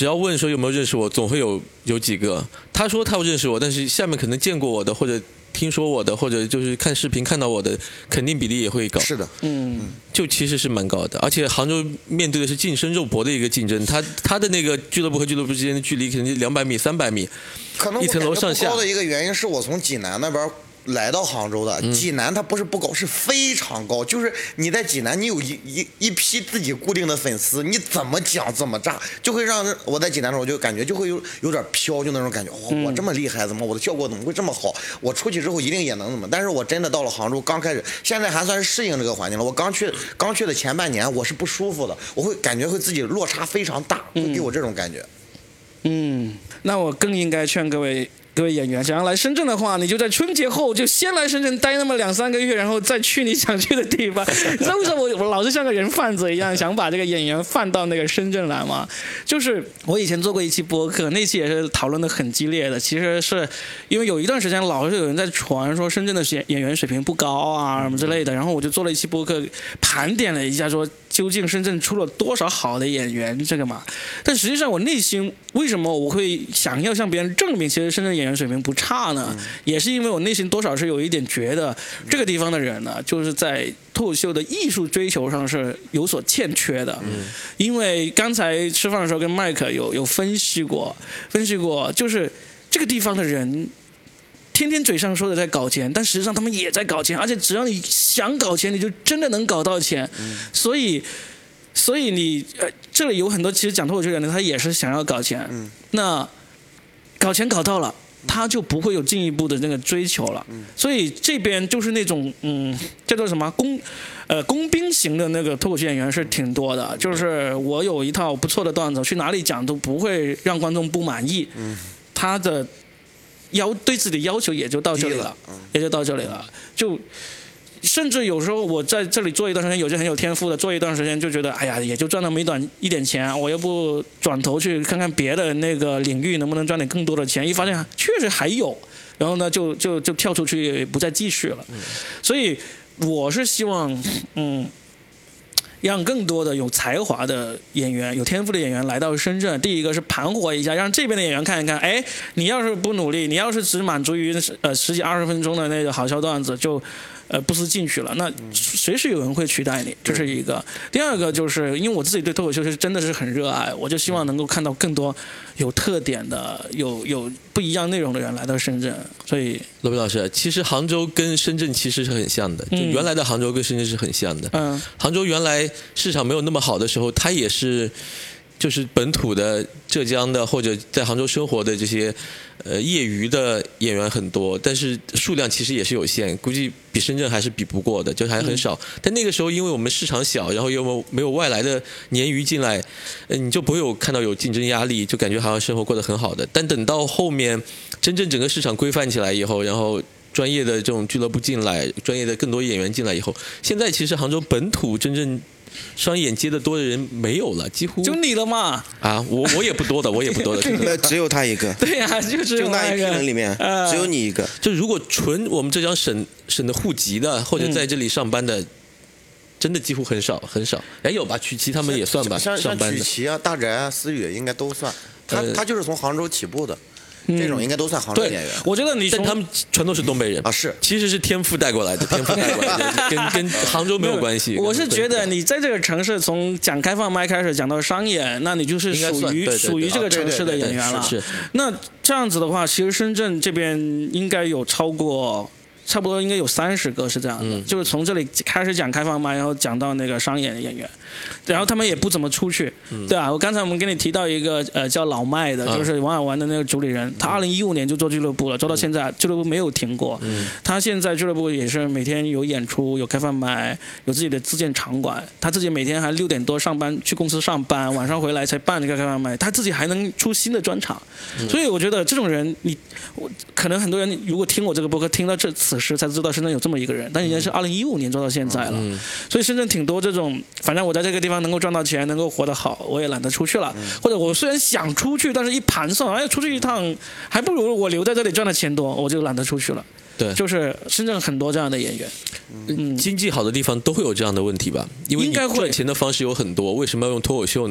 只要问说有没有认识我，总会有有几个。他说他认识我，但是下面可能见过我的或者听说我的，或者就是看视频看到我的，肯定比例也会高。 是的， 嗯， 就其实是蛮高的。而且杭州面对的是近身肉搏的一个竞争，他他的那个俱乐部和俱乐部之间的距离可能两百米、三百米， 可能一层楼上下。 高的一个原因是我从济南那边来到杭州的，济南它不是不高，是非常高。就是你在济南，你有一一一批自己固定的粉丝，你怎么讲怎么炸，就会让我在济南的时候我就感觉就会有有点飘，就那种感觉。哇、哦，我这么厉害，怎么我的效果怎么会这么好？我出去之后一定也能怎么？但是我真的到了杭州，刚开始，现在还算是适应这个环境了。我刚去刚去的前半年，我是不舒服的，我会感觉会自己落差非常大，会给我这种感觉。 嗯，那我更应该劝各位。各位演员，想要来深圳的话，你就在春节后就先来深圳待那么两三个月，然后再去你想去的地方。你知道为什么我我老是像个人贩子一样，想把这个演员贩到那个深圳来吗？就是我以前做过一期播客，那期也是讨论的很激烈的。其实是因为有一段时间老是有人在传说深圳的演员水平不高啊什么之类的，然后我就做了一期播客，盘点了一下说究竟深圳出了多少好的演员这个嘛。但实际上我内心为什么我会想要向别人证明，其实深圳演员水平不差呢？嗯、也是因为我内心多少是有一点觉得这个地方的人呢，就是在脱口秀的艺术追求上是有所欠缺的。嗯、因为刚才吃饭的时候跟麦克有有分析过，分析过就是这个地方的人。天天嘴上说的在搞钱，但实际上他们也在搞钱，而且只要你想搞钱，你就真的能搞到钱。嗯、所以，所以你呃，这里有很多其实讲脱口秀的人，他也是想要搞钱。嗯、那搞钱搞到了，他就不会有进一步的那个追求了。嗯、所以这边就是那种嗯，叫做什么工呃工兵型的那个脱口秀演员是挺多的。就是我有一套不错的段子，去哪里讲都不会让观众不满意。嗯、他的。要对自己的要求也就到这里了，嗯、也就到这里了。就甚至有时候我在这里做一段时间，有些很有天赋的，做一段时间就觉得，哎呀，也就赚那么一短一点钱，我要不转头去看看别的那个领域能不能赚点更多的钱？一发现确实还有，然后呢，就就就跳出去不再继续了。嗯、所以我是希望，嗯。让更多的有才华的演员、有天赋的演员来到深圳。第一个是盘活一下，让这边的演员看一看，哎，你要是不努力，你要是只满足于呃十几二十分钟的那个好笑段子，就呃不思进取了。那随时有人会取代你，这是一个。第二个就是因为我自己对脱口秀是真的是很热爱，我就希望能够看到更多有特点的、有有不一样内容的人来到深圳。所以， 罗宾老师，其实杭州跟深圳其实是很像的，就原来的杭州跟深圳是很像的。嗯，杭州原来市场没有那么好的时候，它也是就是本土的浙江的或者在杭州生活的这些呃业余的演员很多，但是数量其实也是有限，估计比深圳还是比不过的，就还很少。嗯、但那个时候因为我们市场小，然后又没有外来的鲶鱼进来，呃，你就不会有看到有竞争压力，就感觉好像生活过得很好的。但等到后面真正整个市场规范起来以后，然后专业的这种俱乐部进来，专业的更多演员进来以后，现在其实杭州本土真正商演接的多的人没有了，几乎就你了嘛？ 啊，我我也不多的，我也不多的， 那只有他一个。 对呀、啊，就只有就那一批人里面，呃、只有你一个。 就如果纯我们浙江省省的户籍的，或者在这里上班的，嗯、真的几乎很少很少。哎，有吧？曲奇他们也算吧， 像上班的。 曲奇啊、大宅啊、思雨应该都算。他、呃、他就是从杭州起步的。这种应该都算杭州演员。 我觉得你但他们全都是东北人啊，是， 其实是天赋带过来的，天赋带过来的，跟跟杭州没有关系。 我是觉得你在这个城市从讲开放麦开始讲到商演，那你就是属于属于这个城市的演员了。 是， 那这样子的话，其实深圳这边应该有超过。差不多应该有三十个是这样的，嗯、就是从这里开始讲开放麦，然后讲到那个商演的演员，然后他们也不怎么出去，嗯、对啊，我刚才我们跟你提到一个呃叫老麦的，嗯、就是王小丸的那个主理人，他二零一五年就做俱乐部了，做到现在俱乐部没有停过。嗯、他现在俱乐部也是每天有演出，有开放麦，有自己的自建场馆，他自己每天还六点多上班去公司上班，晚上回来才办这个开放麦，他自己还能出新的专场，嗯、所以我觉得这种人，你我可能很多人如果听我这个播客听到这此时才知道深圳有这么一个人，但已经是二零一五年做到现在了，嗯、所以深圳挺多这种，反正我在这个地方能够赚到钱，能够活得好，我也懒得出去了，嗯、或者我虽然想出去，但是一盘算，哎，出去一趟还不如我留在这里赚的钱多，我就懒得出去了。 对， 就是深圳很多这样的演员， 嗯，经济好的地方都会有这样的问题吧？因为你赚钱的方式有很多，为什么要用脱口秀呢？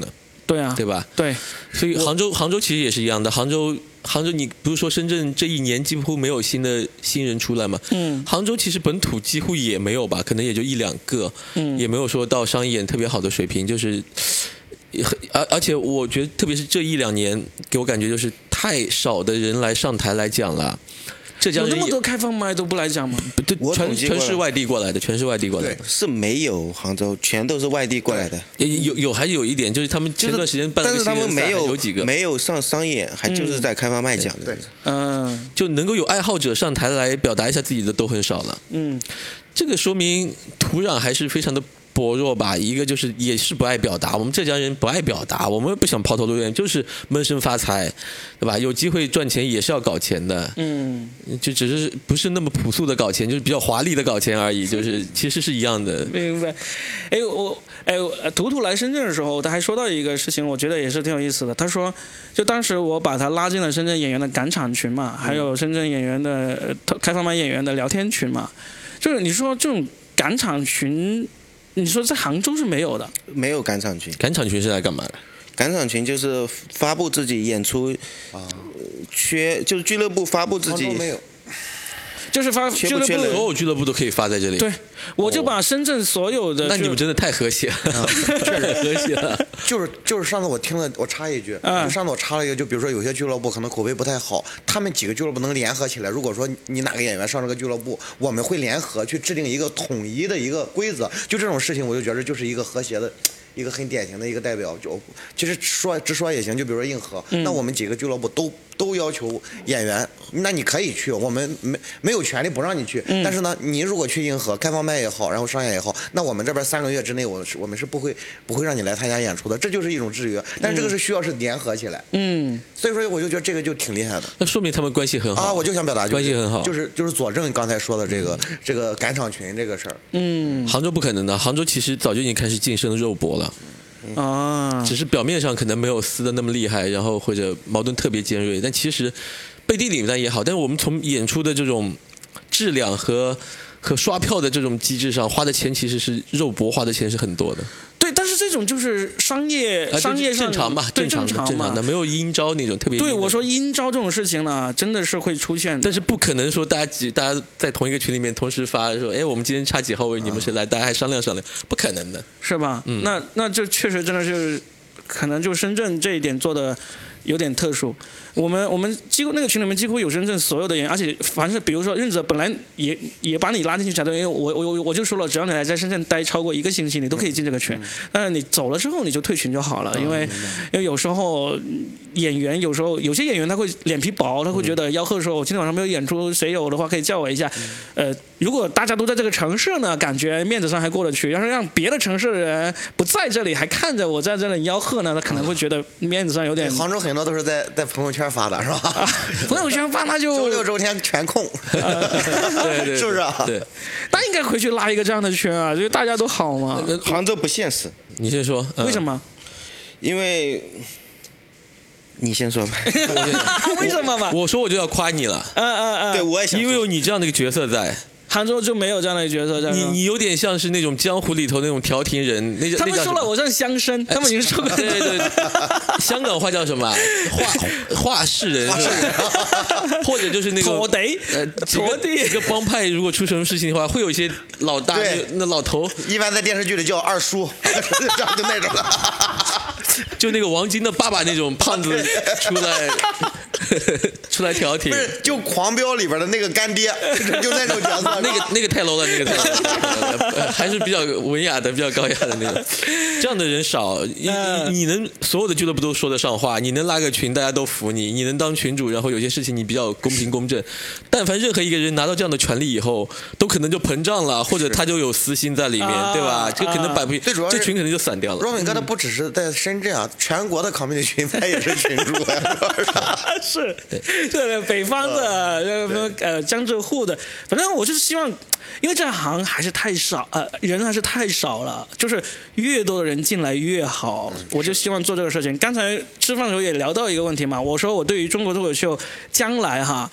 对啊， 对吧？ 对， 所以杭州杭州其实也是一样的，杭州杭州你不是说深圳这一年几乎没有新的新人出来吗？ 嗯， 杭州其实本土几乎也没有吧，可能也就一两个， 嗯， 也没有说到商演特别好的水平，就是而而且我觉得特别是这一两年给我感觉就是太少的人来上台来讲了。浙江人有那么多开放麦都不来讲吗？ 对，全全是外地过来的，全是外地过来的。 是没有杭州，全都是外地过来的。 有有还是有一点，就是他们前段时间办了个但是他们没有有几个没有上商演，还就是在开放麦讲的。 嗯， 就能够有爱好者上台来表达一下自己的都很少了。 嗯， 这个说明土壤还是非常的薄弱吧。一个就是也是不爱表达，我们浙江人不爱表达，我们不想抛头露面，就是闷声发财，对吧？有机会赚钱也是要搞钱的。 嗯， 就只是不是那么朴素的搞钱，就是比较华丽的搞钱而已，就是其实是一样的。 明白。哎，我哎，图图来深圳的时候，他还说到一个事情，我觉得也是挺有意思的。他说，就当时我把他拉进了深圳演员的赶场群嘛，还有深圳演员的呃开放麦演员的聊天群嘛，就是你说这种赶场群，你说在杭州是没有的， 没有赶场群。 赶场群是来干嘛的？ 赶场群就是发布自己演出，啊，缺就是俱乐部发布自己。 没有。 就是发俱乐部， 缺不缺人所有俱乐部都可以发在这里。 对，我就把深圳所有的， 那你们真的太和谐了，确实和谐了。 就是就是上次我听了，我插一句， 嗯， 上次我插了一个，就比如说有些俱乐部可能口碑不太好，他们几个俱乐部能联合起来。如果说你哪个演员上这个俱乐部，我们会联合去制定一个统一的一个规则。就这种事情，我就觉得就是一个和谐的。一个很典型的一个代表，就其实说直说也行，就比如说硬核， 嗯、 那我们几个俱乐部都都要求演员，那你可以去，我们没没有权利不让你去， 嗯、 但是呢，你如果去硬核开放麦也好，然后商演也好，那我们这边三个月之内，我是我们是不会不会让你来参加演出的，这就是一种制约，但是这个是需要是联合起来， 嗯， 所以说我就觉得这个就挺厉害的。 那说明他们关系很好啊，我就想表达、就是、 关系很好， 就是就是佐证刚才说的这个、嗯、这个赶场群这个事儿。 嗯， 杭州不可能的，杭州其实早就已经开始晋升肉搏了。 啊， 只是表面上可能没有撕的那么厉害，然后或者矛盾特别尖锐，但其实背地里面也好，但是我们从演出的这种质量和和刷票的这种机制上花的钱其实是肉搏花的钱是很多的。 对，但是这种就是商业、 啊、 商业上正常嘛， 对正常的正常的，没有阴招那种特别。 对，我说阴招这种事情呢，真的是会出现的， 但是不可能说大家几大家在同一个群里面同时发说，哎，我们今天差几号位，你们谁来？大家还商量商量，不可能的， 是吧？嗯，那那这确实真的是，可能就深圳这一点做的有点特殊。我们我们几乎那个群里面几乎有深圳所有的人，而且凡是比如说任泽本来也也把你拉进去才对，因为我我我就说了，只要你来在深圳待超过一个星期，你都可以进这个群。但是你走了之后你就退群就好了，因为因为有时候演员有时候有些演员他会脸皮薄，他会觉得吆喝的时候今天晚上没有演出，谁有的话可以叫我一下。呃，如果大家都在这个城市呢，感觉面子上还过得去；要是让别的城市的人不在这里还看着我在这里吆喝呢，他可能会觉得面子上有点。 杭州很多都是在在朋友圈发的是吧？ 啊、朋友圈发那就周六周天全空， 呃、对对， 是不是啊？ 对， 那应该回去拉一个这样的圈啊，就大家都好嘛。 杭州不现实， 你先说， 嗯、为什么？ 因为你先说吧。 为什么嘛？ 我说我就要夸你了。 嗯嗯嗯， 对，我也想， 因为有你这样的一个角色在。 杭州就没有这样的角色， 你你有点像是那种江湖里头那种调停人，那他们说了我像乡绅，他们已经说过， 对对对，香港话叫什么？话话事人，或者就是那个妥地， 呃， 妥地。 一个帮派如果出什么事情的话，会有一些老大，那老头， 一般在电视剧里叫二叔，就那种的， 就那个王晶的爸爸那种胖子出来。出来调停， 不是就《狂飙》里边的那个干爹，就那种角色。 那个那个太 low 了，那个太 low 了，还是比较文雅的、比较高雅的那种。这样的人少，你你能所有的俱乐部都说得上话，你能拉个群，大家都服你，你能当群主，然后有些事情你比较公平公正。但凡任何一个人拿到这样的权利以后，都可能就膨胀了，或者他就有私心在里面，对吧？这可能摆不， 最主要这群可能就散掉了。 若敏哥他不只是在深圳啊，全国的 comedy 群他也是群主呀。 是，对北方的，什么呃江浙沪的，反正我就是希望，因为这行还是太少，呃人还是太少了，就是越多的人进来越好，我就希望做这个事情。刚才吃饭的时候也聊到一个问题嘛，我说我对于中国脱口秀将来哈。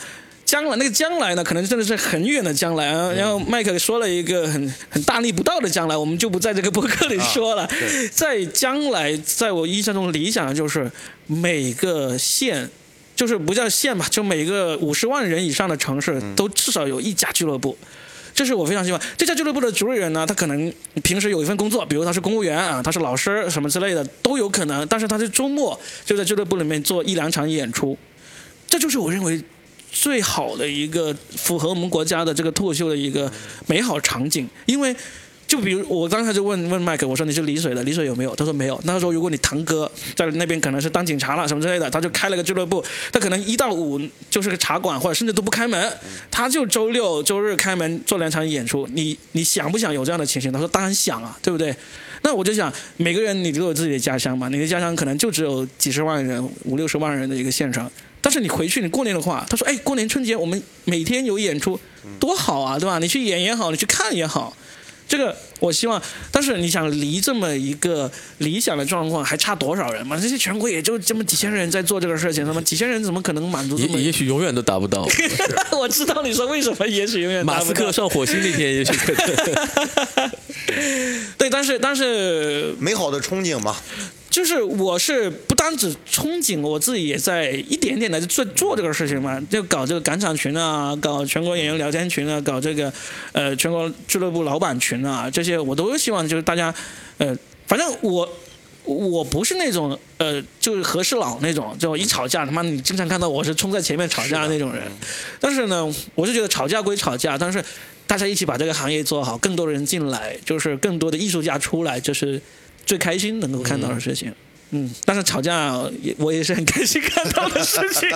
将来那个将来呢，可能真的是很远的将来啊。然后麦克说了一个很很大逆不道的将来，我们就不在这个播客里说了。啊、在将来，在我印象中理想的就是每个县，就是不叫县吧，就每个五十万人以上的城市都至少有一家俱乐部。这是我非常希望。这家俱乐部的主理人呢，他可能平时有一份工作，比如他是公务员啊，他是老师什么之类的都有可能，但是他是周末就在俱乐部里面做一两场演出。这就是我认为最好的一个符合我们国家的这个脱口秀的一个美好场景。因为就比如我刚才就问问麦克，我说你是丽水的，丽水有没有？他说没有。那时候如果你堂哥在那边可能是当警察了什么之类的，他就开了个俱乐部，他可能一到五就是个茶馆，或者甚至都不开门，他就周六周日开门做两场演出。你你想不想有这样的情形？他说当然想啊，对不对？那我就想每个人你都有自己的家乡嘛，你的家乡可能就只有几十万人五六十万人的一个县城，但是你回去你过年的话，他说哎，过年春节我们每天有演出多好啊，对吧？你去演也好，你去看也好，这个我希望。但是你想离这么一个理想的状况还差多少人嘛？这些全国也就这么几千人在做这个事情，什么几千人怎么可能满足这么？ 也也许永远都达不到。 我知道你说为什么也许永远达不到。 马斯克上火星那天也许可能。 对，但是但是美好的憧憬嘛。 就是我是不单只憧憬，我自己也在一点点的做做这个事情嘛，就搞这个赶场群啊，搞全国演员聊天群啊，搞这个呃全国俱乐部老板群啊，这些我都希望就是大家呃，反正我我不是那种呃就是和事佬那种，就一吵架他妈你经常看到我是冲在前面吵架的那种人，但是呢，我是觉得吵架归吵架，但是大家一起把这个行业做好，更多的人进来，就是更多的艺术家出来，就是最开心能够看到的事情。嗯，但是吵架也我也是很开心看到的事情。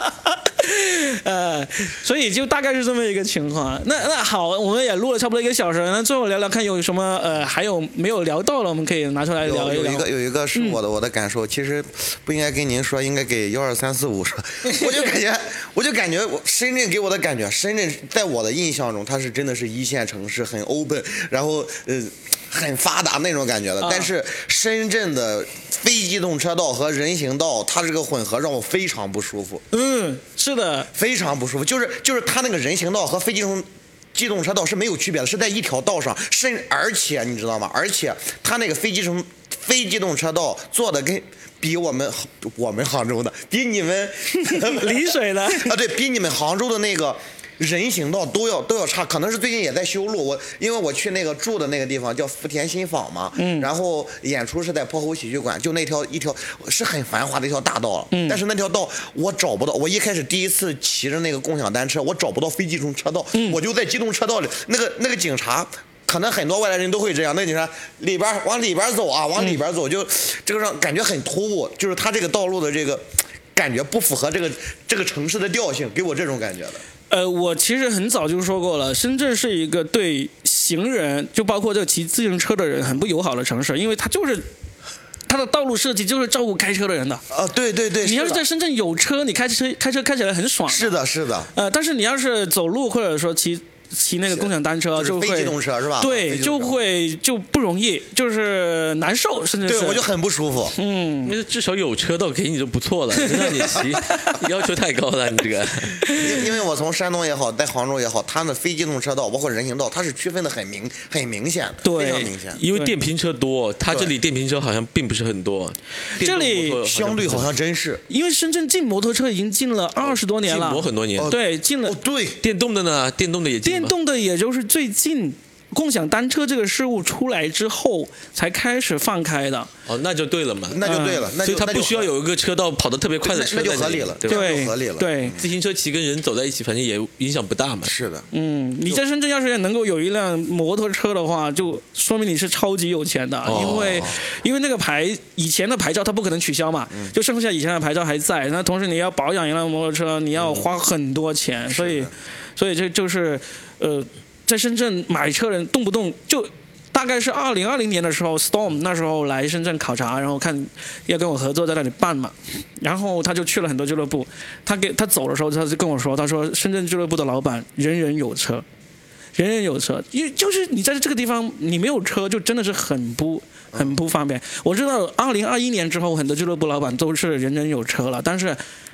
呃，所以就大概是这么一个情况。那那好，我们也录了差不多一个小时，那最后聊聊看有什么呃还有没有聊到了，我们可以拿出来聊一聊。 有有一个有一个是我的、嗯、我的感受，其实不应该跟您说，应该给幺二三四五说。我就感觉我就感觉深圳给我的感觉，深圳在我的印象中，它是真的是一线城市，很 open， 然后呃。很发达那种感觉的，但是深圳的非机动车道和人行道，它这个混合让我非常不舒服。 嗯，是的， 非常不舒服。就是就是它那个人行道和非机动机动车道是没有区别的，是在一条道上，甚而且你知道吗？而且它那个非机动非机动车道做的跟比我们我们杭州的，比你们丽水的啊，对比你们杭州的那个。人行道都要都要差，可能是最近也在修路。我因为我去那个住的那个地方叫福田新坊嘛，嗯，然后演出是在泼猴喜剧馆，就那条一条是很繁华的一条大道，嗯，但是那条道我找不到。我一开始第一次骑着那个共享单车，我找不到非机动车道，嗯，我就在机动车道里，那个那个警察。可能很多外来人都会这样，那警察里边往里边走啊，往里边走，就这个让感觉很突兀，就是他这个道路的这个感觉不符合这个这个城市的调性，给我这种感觉的。 呃，我其实很早就说过了，深圳是一个对行人，就包括这个骑自行车的人很不友好的城市，因为它就是它的道路设计就是照顾开车的人的。 啊，对对对， 你要是在深圳有车，你开车开车开起来很爽。 是的，是的。 呃，但是你要是走路或者说骑。骑那个共享单车就会， 非机动车是吧？ 对，就会就不容易，就是难受，甚至是对我就很不舒服。 嗯， 那至少有车道给你就不错了，让你骑，要求太高了，你这个。 因因为我从山东也好，在杭州也好，他们的非机动车道包括人行道，它是区分的很明很明显的， 对， 非常明显。 因为电瓶车多，它这里电瓶车好像并不是很多。 这里相对好像真是， 因为深圳禁摩托车已经禁了二十多年了， 禁摩很多年， 对，禁了。 哦，对， 电动的呢？电动的也禁。 电动的也就是。最近共享单车这个事物出来之后才开始放开的。 哦，那就对了嘛， 那就对了，那所以它不需要有一个车道跑得特别快的车， 那就合理了， 对， 对，合理了。 对， 自行车骑跟人走在一起，反正也影响不大嘛。 是的， 嗯，你在深圳要是能够有一辆摩托车的话，就说明你是超级有钱的， 哦、 因为因为那个牌以前的牌照它不可能取消嘛，嗯、就剩下以前的牌照还在，那同时你要保养一辆摩托车，你要花很多钱，嗯、所以所以这就是呃。在深圳买车人动不动就大概是二零二零年的时候 ，Storm 那时候来深圳考察，然后看要跟我合作在那里办嘛，然后他就去了很多俱乐部。他给他走的时候，他就跟我说，他说深圳俱乐部的老板人人有车，人人有车，因为就是你在这个地方你没有车，就真的是很不很不方便。我知道二零二一年之后，很多俱乐部老板都是人人有车了，但是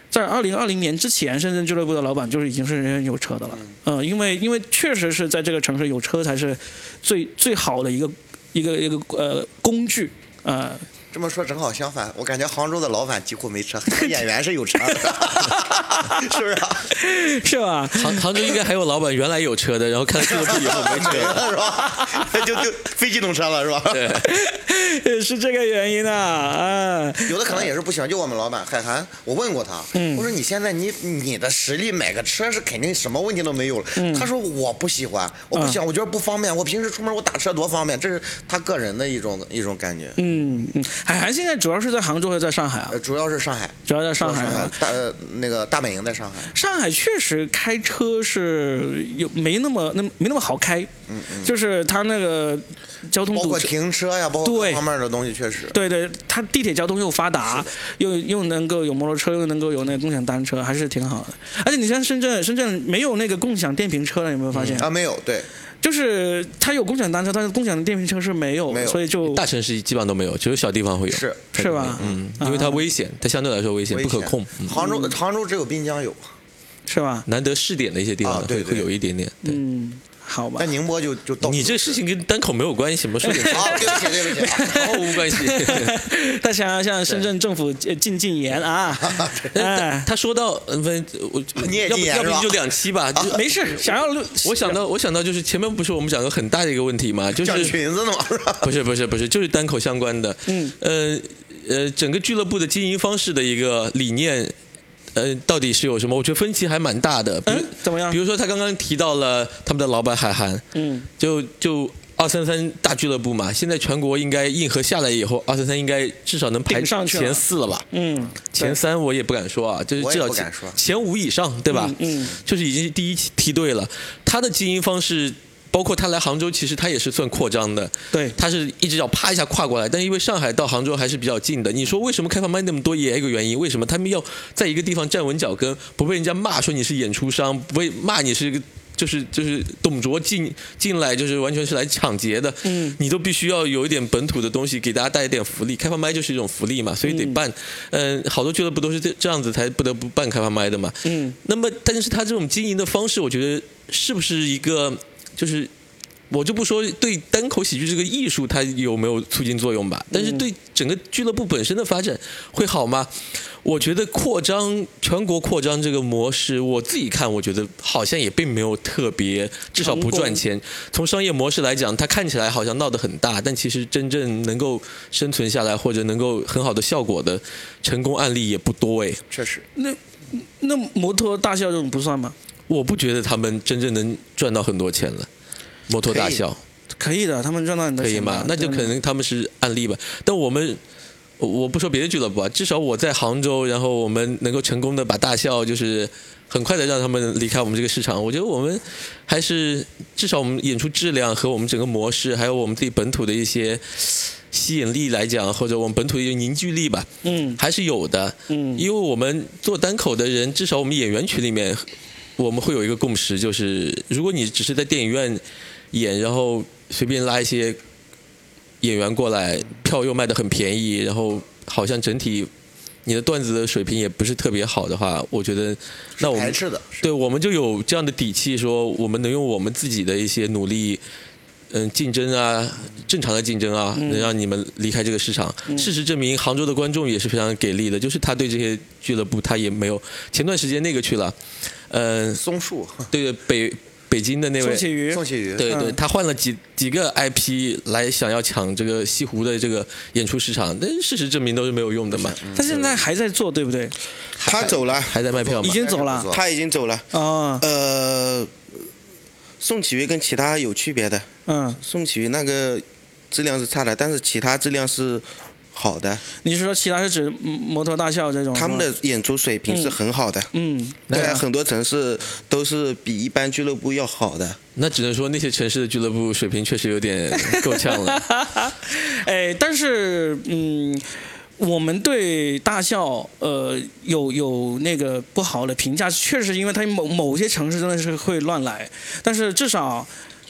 在二零二零年之前，深圳俱乐部的老板就是已经是人人有车的了。嗯、呃，因为因为确实是在这个城市有车才是最最好的一个一个一个呃工具啊。呃这么说正好相反，我感觉杭州的老板几乎没车，演员是有车的，是不是、啊？ 是吧？ 杭杭州应该还有老板原来有车的，然后看俱乐部以后没车了，是吧？就就非机动车了，是吧？ 对， 是这个原因啊啊！ 有的可能也是不喜欢，就我们老板海涵，我问过他，嗯、我说你现在你你的实力买个车是肯定什么问题都没有了。嗯、他说我不喜欢，我不喜欢，嗯、我觉得不方便。我平时出门我打车多方便，这是他个人的一种一种感觉。 嗯嗯。海涵现在主要是在杭州还是在上海啊？ 主要是上海， 主要在上海、啊。 上海大那个大本营在上海。 上海确实开车是有没那么那没那么好开，嗯嗯，就是它那个交通堵车， 包括停车呀，包括各方面的东西，确实。 对对，它地铁交通又发达，又又能够有摩托车，又能够有那个共享单车，还是挺好的。而且你像深圳，深圳没有那个共享电瓶车了，有没有发现？ 嗯、啊，没有，对。 就是它有共享单车，但是共享的电瓶车是没有， 没有， 所以就大城市基本上都没有，只有小地方会有， 是是吧？ 嗯，因为它危险，它相对来说危险， 危险不可控。 嗯、杭州杭州只有滨江有， 是吧？ 难得试点的一些地方、 啊、对对会有一点点，对嗯。好吧， 但宁波就就到你这事情跟单口没有关系，我说点啊，对不起对不起， 毫无关系。 他想要向深圳政府进禁言啊！ 哎，他说到，嗯，我你也禁言要不要不就两期吧？就没事，想要我想到我想到就是前面不是我们讲个很大的一个问题嘛，就是讲裙子的嘛，是吧？ 不是不是不是，就是单口相关的。嗯呃呃，整个俱乐部的经营方式的一个理念。呃，到底是有什么？我觉得分歧还蛮大的。 嗯，怎么样？ 比如说他刚刚提到了他们的老板海涵，嗯，就就二三三大俱乐部嘛，现在全国应该硬核下来以后，二三三应该至少能排前四了吧？ 嗯， 前三我也不敢说啊，就是至少前前五以上，对吧？ 嗯，嗯就是已经第一梯队了。他的经营方式。包括他来杭州，其实他也是算扩张的， 对， 他是一只脚啪一下跨过来，但因为上海到杭州还是比较近的。你说为什么开放麦那么多，也有一个原因，为什么他们要在一个地方站稳脚跟，不被人家骂说你是演出商，不被骂你是一个就是就是董卓进进来就是完全是来抢劫的，嗯，你都必须要有一点本土的东西给大家带一点福利，开放麦就是一种福利嘛，所以得办，嗯，呃、好多俱乐部都是这这样子才不得不办开放麦的嘛，嗯，那么但是他这种经营的方式，我觉得是不是一个就是。我就不说对单口喜剧这个艺术它有没有促进作用吧，但是对整个俱乐部本身的发展会好吗？我觉得扩张全国扩张这个模式，我自己看，我觉得好像也并没有特别，至少不赚钱。从商业模式来讲，它看起来好像闹得很大，但其实真正能够生存下来或者能够很好的效果的成功案例也不多哎。 确实， 那那摩托大笑这种不算吗？ 我不觉得他们真正能赚到很多钱了。摩托大笑可以的，他们赚到很多钱可以吗？那就可能他们是案例吧。但我们我不说别的俱乐部啊，至少我在杭州，然后我们能够成功的把大笑就是很快的让他们离开我们这个市场。我觉得我们还是至少我们演出质量和我们整个模式，还有我们自己本土的一些吸引力来讲，或者我们本土的一个凝聚力吧，嗯，还是有的，嗯，因为我们做单口的人，至少我们演员群里面，我们会有一个共识，就是如果你只是在电影院演，然后随便拉一些演员过来，票又卖得很便宜，然后好像整体你的段子的水平也不是特别好的话，我觉得那我们排斥的， 对，我们就有这样的底气，说我们能用我们自己的一些努力，嗯，竞争啊，正常的竞争啊，能让你们离开这个市场。嗯、事实证明，杭州的观众也是非常给力的，就是他对这些俱乐部他也没有。前段时间那个去了，嗯、呃， 松树， 对对，北。北京的那位宋启瑜， 宋启瑜， 对对，他换了几几个 I P 来想要抢这个西湖的这个演出市场，但事实证明都是没有用的嘛。 他现在还在做，对不对？ 他走了， 还在卖票吗？ 已经走了， 他已经走了。 哦， 呃，宋启瑜跟其他有区别的。嗯，宋启瑜那个质量是差的，但是其他质量是好的。 你是说其他是指摩托大笑这种？ 他们的演出水平是很好的。 嗯， 在很多城市都是比一般俱乐部要好的。 那只能说那些城市的俱乐部水平确实有点够呛了。 哎，但是嗯，我们对大笑呃有有那个不好的评价，确实因为它某某些城市真的是会乱来，但是至少。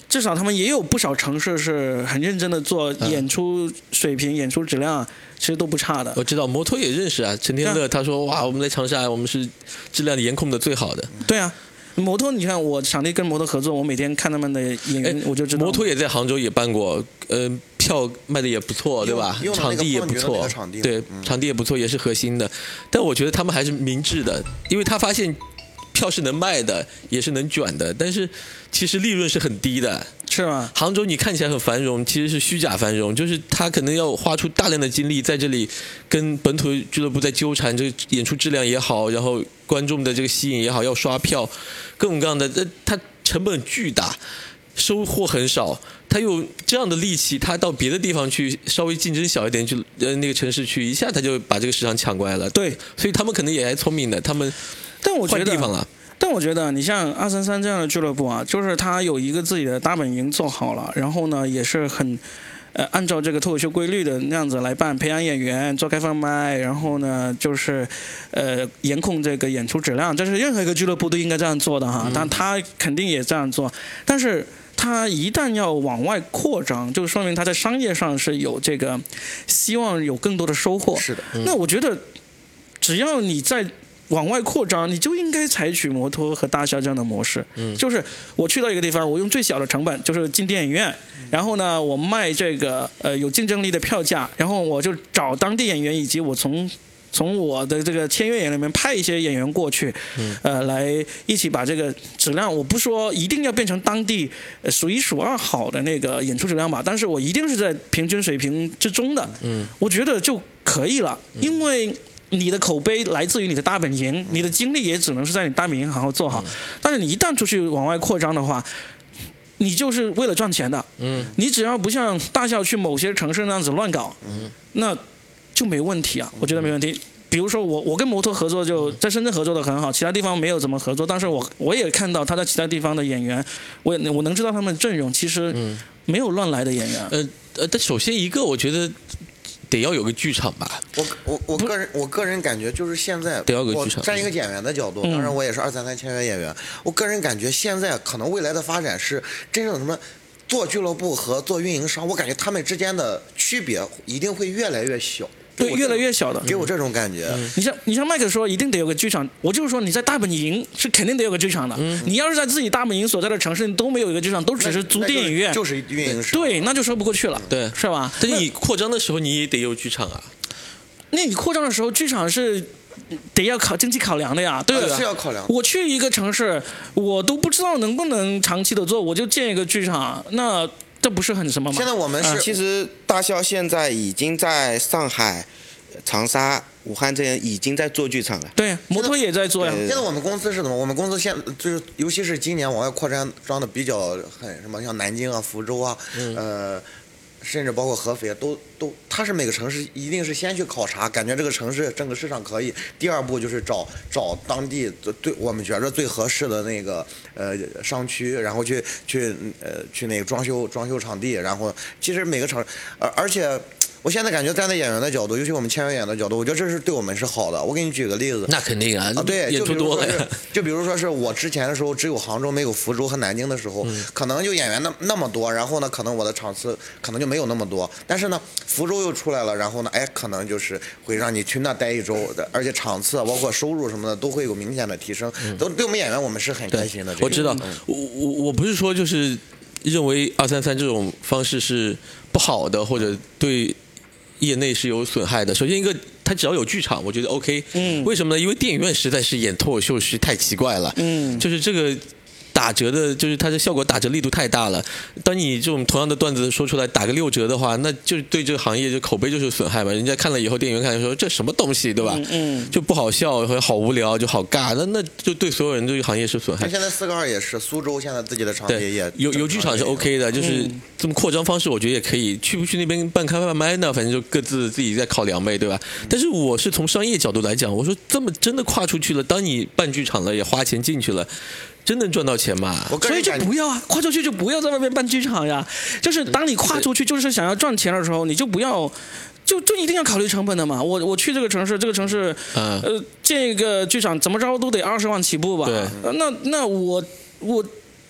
至少他们也有不少城市是很认真的做演出水平、嗯、演出质量，其实都不差的。 我知道摩托也认识啊，陈天乐他说哇，我们在长沙我们是质量严控的最好的。 对啊。摩托，你看我场地跟摩托合作，我每天看他们的演员，我就知道。 摩托也在杭州也办过，呃，票卖的也不错，对吧？场地也不错，对，嗯、场地也不错，也是核心的。但我觉得他们还是明智的，因为他发现票是能卖的，也是能卷的，但是其实利润是很低的。 是吗？ 杭州你看起来很繁荣，其实是虚假繁荣，就是他可能要花出大量的精力在这里跟本土俱乐部在纠缠，这个演出质量也好，然后观众的这个吸引也好，要刷票，各种各样的，他成本巨大，收获很少，他有这样的力气，他到别的地方去稍微竞争小一点，就呃那个城市去，一下他就把这个市场抢过来了。 对， 所以他们可能也还聪明的，他们换地方了。 但我觉得你像二三三这样的俱乐部啊，就是他有一个自己的大本营做好了，然后呢也是很呃按照这个脱口秀规律的那样子来办，培养演员，做开放麦，然后呢就是呃严控这个演出质量，这是任何一个俱乐部都应该这样做的哈， 嗯、 但他肯定也这样做，但是他一旦要往外扩张，就说明他在商业上是有这个希望有更多的收获。 是的， 嗯、那我觉得只要你在往外扩张，你就应该采取摩托和大象这样的模式。嗯，就是我去到一个地方，我用最小的成本，就是进电影院，然后呢，我卖这个呃有竞争力的票价，然后我就找当地演员，以及我从从我的这个签约演员里面派一些演员过去，呃，来一起把这个质量，我不说一定要变成当地数一数二好的那个演出质量吧，但是我一定是在平均水平之中的。嗯，我觉得就可以了，因为你的口碑来自于你的大本营，你的精力也只能是在你大本营好好做好。但是你一旦出去往外扩张的话，你就是为了赚钱的。嗯，你只要不像大校去某些城市那样子乱搞，嗯，那就没问题啊，我觉得没问题。比如说我我跟摩托合作就在深圳合作的很好，其他地方没有怎么合作，但是我我也看到他在其他地方的演员，我也我能知道他们阵容其实没有乱来的演员。 呃呃，但首先一个我觉得得要有个剧场吧。 我我我个人我个人感觉就是现在， 得要有个剧场。 我站一个演员的角度，当然我也是二三三签约演员。我个人感觉现在可能未来的发展是真正什么做俱乐部和做运营商，我感觉他们之间的区别一定会越来越小。 对，越来越小的， 给我这种感觉。 嗯、你像你像麦克说，一定得有个剧场，我就是说你在大本营是肯定得有个剧场的。嗯、你要是在自己大本营所在的城市，你都没有一个剧场，都只是租电影院， 就, 就是运营商， 对，那就说不过去了， 对， 是吧？ 但是你扩张的时候，你也得有剧场啊。 那你扩张的时候，剧场是得要考经济考量的呀，对吧？ 是要考量。 我去一个城市，我都不知道能不能长期的做，我就建一个剧场，那这不是很什么吗？ 现在我们是， 嗯、其实大校现在已经在上海、长沙、武汉这样已经在做剧场了。 对，摩托也在做呀。 现在我们公司是怎么？我们公司现就是，尤其是今年往外扩张张的比较很什么，像南京啊、福州啊，嗯、呃。甚至包括合肥都都，它是每个城市一定是先去考察，感觉这个城市整个市场可以。第二步就是找找当地对我们觉着最合适的那个呃商区，然后去去呃去那个装修装修场地，然后其实每个城而而且。我现在感觉站在演员的角度，尤其我们签约演员的角度，我觉得这是对我们是好的。我给你举个例子， 那肯定啊， 啊对， 演出多了呀。 就比如说是我之前的时候，只有杭州没有福州和南京的时候，嗯、可能就演员那那么多，然后呢，可能我的场次可能就没有那么多。但是呢，福州又出来了，然后呢，哎，可能就是会让你去那待一周，而且场次包括收入什么的都会有明显的提升。嗯、都对我们演员，我们是很开心的。 我知道，嗯、我我我不是说就是认为二三三这种方式是不好的，或者对业内是有损害的。首先一个，它只要有剧场，我觉得 OK。嗯。为什么呢？因为电影院实在是演脱口秀是太奇怪了。嗯。就是这个打折的，就是它的效果打折力度太大了。当你这种同样的段子说出来打个六折的话，那就对这个行业就口碑就是损害嘛。人家看了以后，电影院看说这什么东西，对吧？嗯。嗯就不好笑，或者好无聊，就好尬。那那就对所有人对行业是损害。 现在四个二也是，苏州现在自己的场地也有有剧场是 OK 的，就是这么扩张方式，我觉得也可以。去不去那边办开放麦呢？反正就各自自己在考量呗，对吧？但是我是从商业角度来讲，我说这么真的跨出去了，当你办剧场了，也花钱进去了。真能赚到钱吗？ 所以就不要啊，跨出去就不要在外面办剧场呀。就是当你跨出去，就是想要赚钱的时候，你就不要，就就一定要考虑成本的嘛。我我去这个城市，这个城市，嗯、呃，建一个剧场怎么着都得二十万起步吧。 对。 那那我我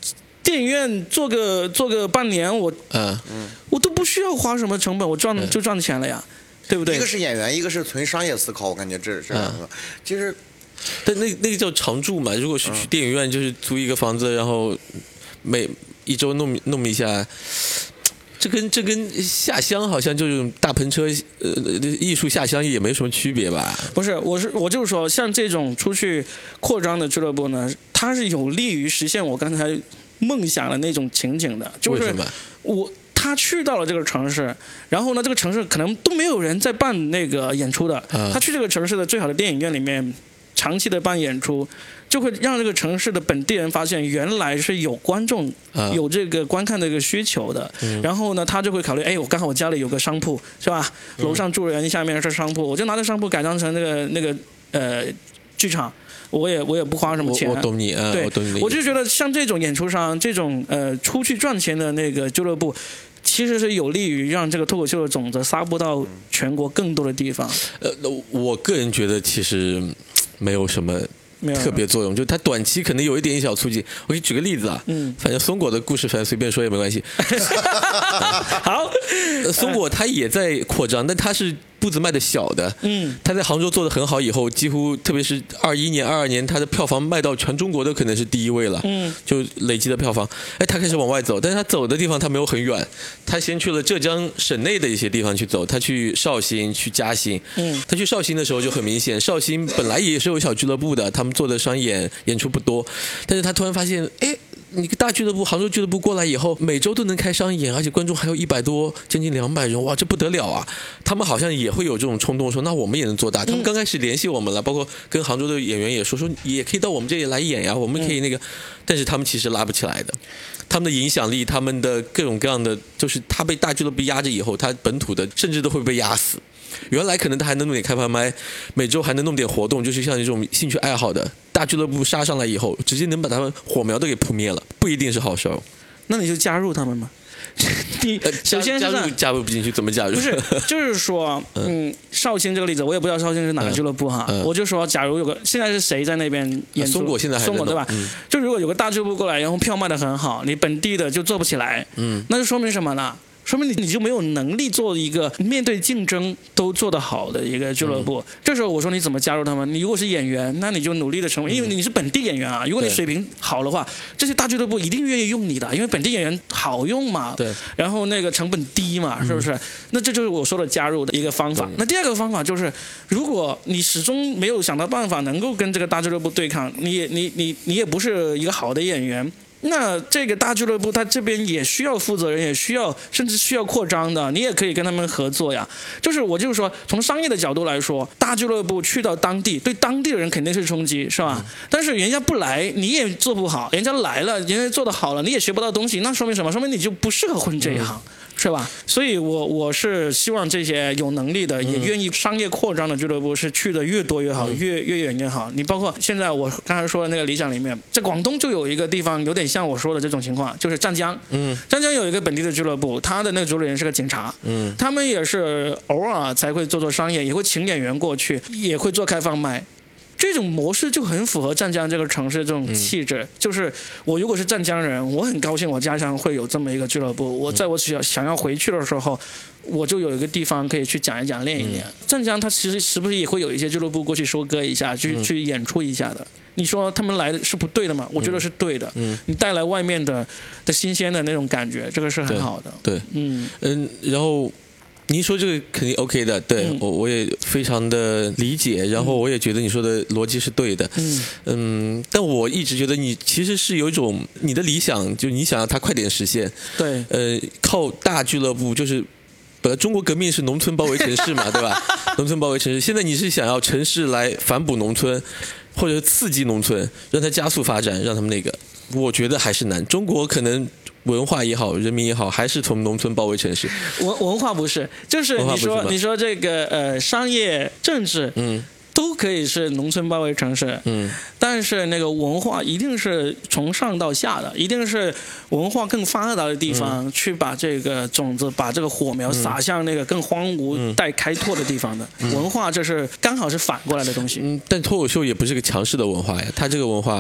电影院做个做个半年，我嗯我都不需要花什么成本，我赚嗯就赚钱了呀，对不对？ 一个是演员，一个是纯商业思考，我感觉这这两个，其实但那那个叫常住嘛，如果是去电影院，就是租一个房子，然后每一周弄弄一下。这跟这跟下乡好像就是大篷车，呃，艺术下乡也没什么区别吧？ 不是，我是我就是说，像这种出去扩张的俱乐部呢，它是有利于实现我刚才梦想的那种情景的。就是为什么？ 我他去到了这个城市，然后呢，这个城市可能都没有人在办那个演出的， 嗯、 他去这个城市的最好的电影院里面长期的办演出。就会让这个城市的本地人发现，原来是有观众、 啊、 有这个观看的一个需求的。嗯、然后呢，他就会考虑，哎，我刚好我家里有个商铺，是吧？嗯、楼上住人，下面是商铺，我就拿着商铺改装成那个那个呃剧场，我也我也不花什么钱。 我, 我懂你，嗯、 对， 我懂你。 我就觉得像这种演出商，这种呃出去赚钱的那个俱乐部。其实是有利于让这个脱口秀的种子撒播到全国更多的地方。 呃，我个人觉得其实没有什么特别作用，就它短期可能有一点小促进。我给你举个例子啊，嗯，反正松果的故事，反正随便说也没关系。 好， 松果他也在扩张，但他是步子迈的小的，嗯，他在杭州做的很好以后，几乎特别是二一年、二二年，他的票房卖到全中国的可能是第一位了，嗯，就累积的票房，哎，他开始往外走，但是他走的地方他没有很远，他先去了浙江省内的一些地方去走，他去绍兴、去嘉兴，嗯，他去绍兴的时候就很明显，绍兴本来也是有小俱乐部的，他们做的商演演出不多，但是他突然发现，哎。你个大俱乐部，杭州俱乐部过来以后，每周都能开商演，而且观众还有一百多，将近两百人，哇，这不得了啊！他们好像也会有这种冲动，说那我们也能做大。他们刚开始联系我们了，包括跟杭州的演员也说说，也可以到我们这里来演呀，我们可以那个，但是他们其实拉不起来的。他们的影响力，他们的各种各样的，就是他被大俱乐部压着以后，他本土的甚至都会被压死。原来可能他还能弄点开放麦，每周还能弄点活动，就是像这种兴趣爱好的大俱乐部杀上来以后，直接能把他们火苗都给扑灭了，不一定是好事儿。 那你就加入他们嘛。你首先加入加入不进去，怎么加入？ 不是，就是说，嗯，绍兴这个例子，我也不知道绍兴是哪个俱乐部哈，嗯嗯、我就说，假如有个现在是谁在那边演出， 松果现在还松果对吧？ 嗯、 就如果有个大俱乐部过来，然后票卖得很好，你本地的就做不起来，嗯，那就说明什么呢？说明你你就没有能力做一个面对竞争都做得好的一个俱乐部。嗯、这时候我说你怎么加入他们？你如果是演员，那你就努力的成为，因为你是本地演员啊。如果你水平好的话，这些大俱乐部一定愿意用你的，因为本地演员好用嘛。 对。 然后那个成本低嘛，是不是？嗯、那这就是我说的加入的一个方法。那第二个方法就是，如果你始终没有想到办法能够跟这个大俱乐部对抗，你也你你你也不是一个好的演员。那这个大俱乐部它这边也需要负责人，也需要甚至需要扩张的，你也可以跟他们合作呀。就是我就是说，从商业的角度来说，大俱乐部去到当地，对当地的人肯定是冲击，是吧？嗯、但是人家不来，你也做不好；人家来了，人家做得好了，你也学不到东西，那说明什么？说明你就不适合混这一行。嗯是吧？所以我我是希望这些有能力的、也愿意商业扩张的俱乐部是去的越多越好，越越远越好。你包括现在我刚才说的那个理想里面，在广东就有一个地方有点像我说的这种情况，就是湛江。嗯，湛江有一个本地的俱乐部，他的那个主理人是个警察。嗯，他们也是偶尔才会做做商业，也会请演员过去，也会做开放麦。这种模式就很符合湛江这个城市这种气质，嗯、就是我如果是湛江人，我很高兴我家乡会有这么一个俱乐部，我在我想想要回去的时候，我就有一个地方可以去讲一讲、练一练。嗯、湛江它其实时不时也会有一些俱乐部过去收割一下，去、嗯、去演出一下的。你说他们来的是不对的吗？我觉得是对的。嗯，你带来外面的的新鲜的那种感觉，这个是很好的。 对，对嗯嗯，然后。您说这个肯定 OK 的，对、嗯、我我也非常的理解，然后我也觉得你说的逻辑是对的，嗯嗯，但我一直觉得你其实是有一种你的理想，就你想让它快点实现， 对， 呃，靠大俱乐部就是。本来中国革命是农村包围城市嘛，对吧？农村包围城市，现在你是想要城市来反哺农村，或者刺激农村，让它加速发展，让他们那个，我觉得还是难。中国可能文化也好，人民也好，还是从农村包围城市。 文文化不是，就是你说你说这个呃商业政治，嗯。都可以是农村包围城市，嗯，但是那个文化一定是从上到下的，一定是文化更发达的地方、嗯、去把这个种子、把这个火苗撒向那个更荒芜待开拓的地方的、嗯、文化，这是刚好是反过来的东西。 嗯，但脱口秀也不是个强势的文化呀，它这个文化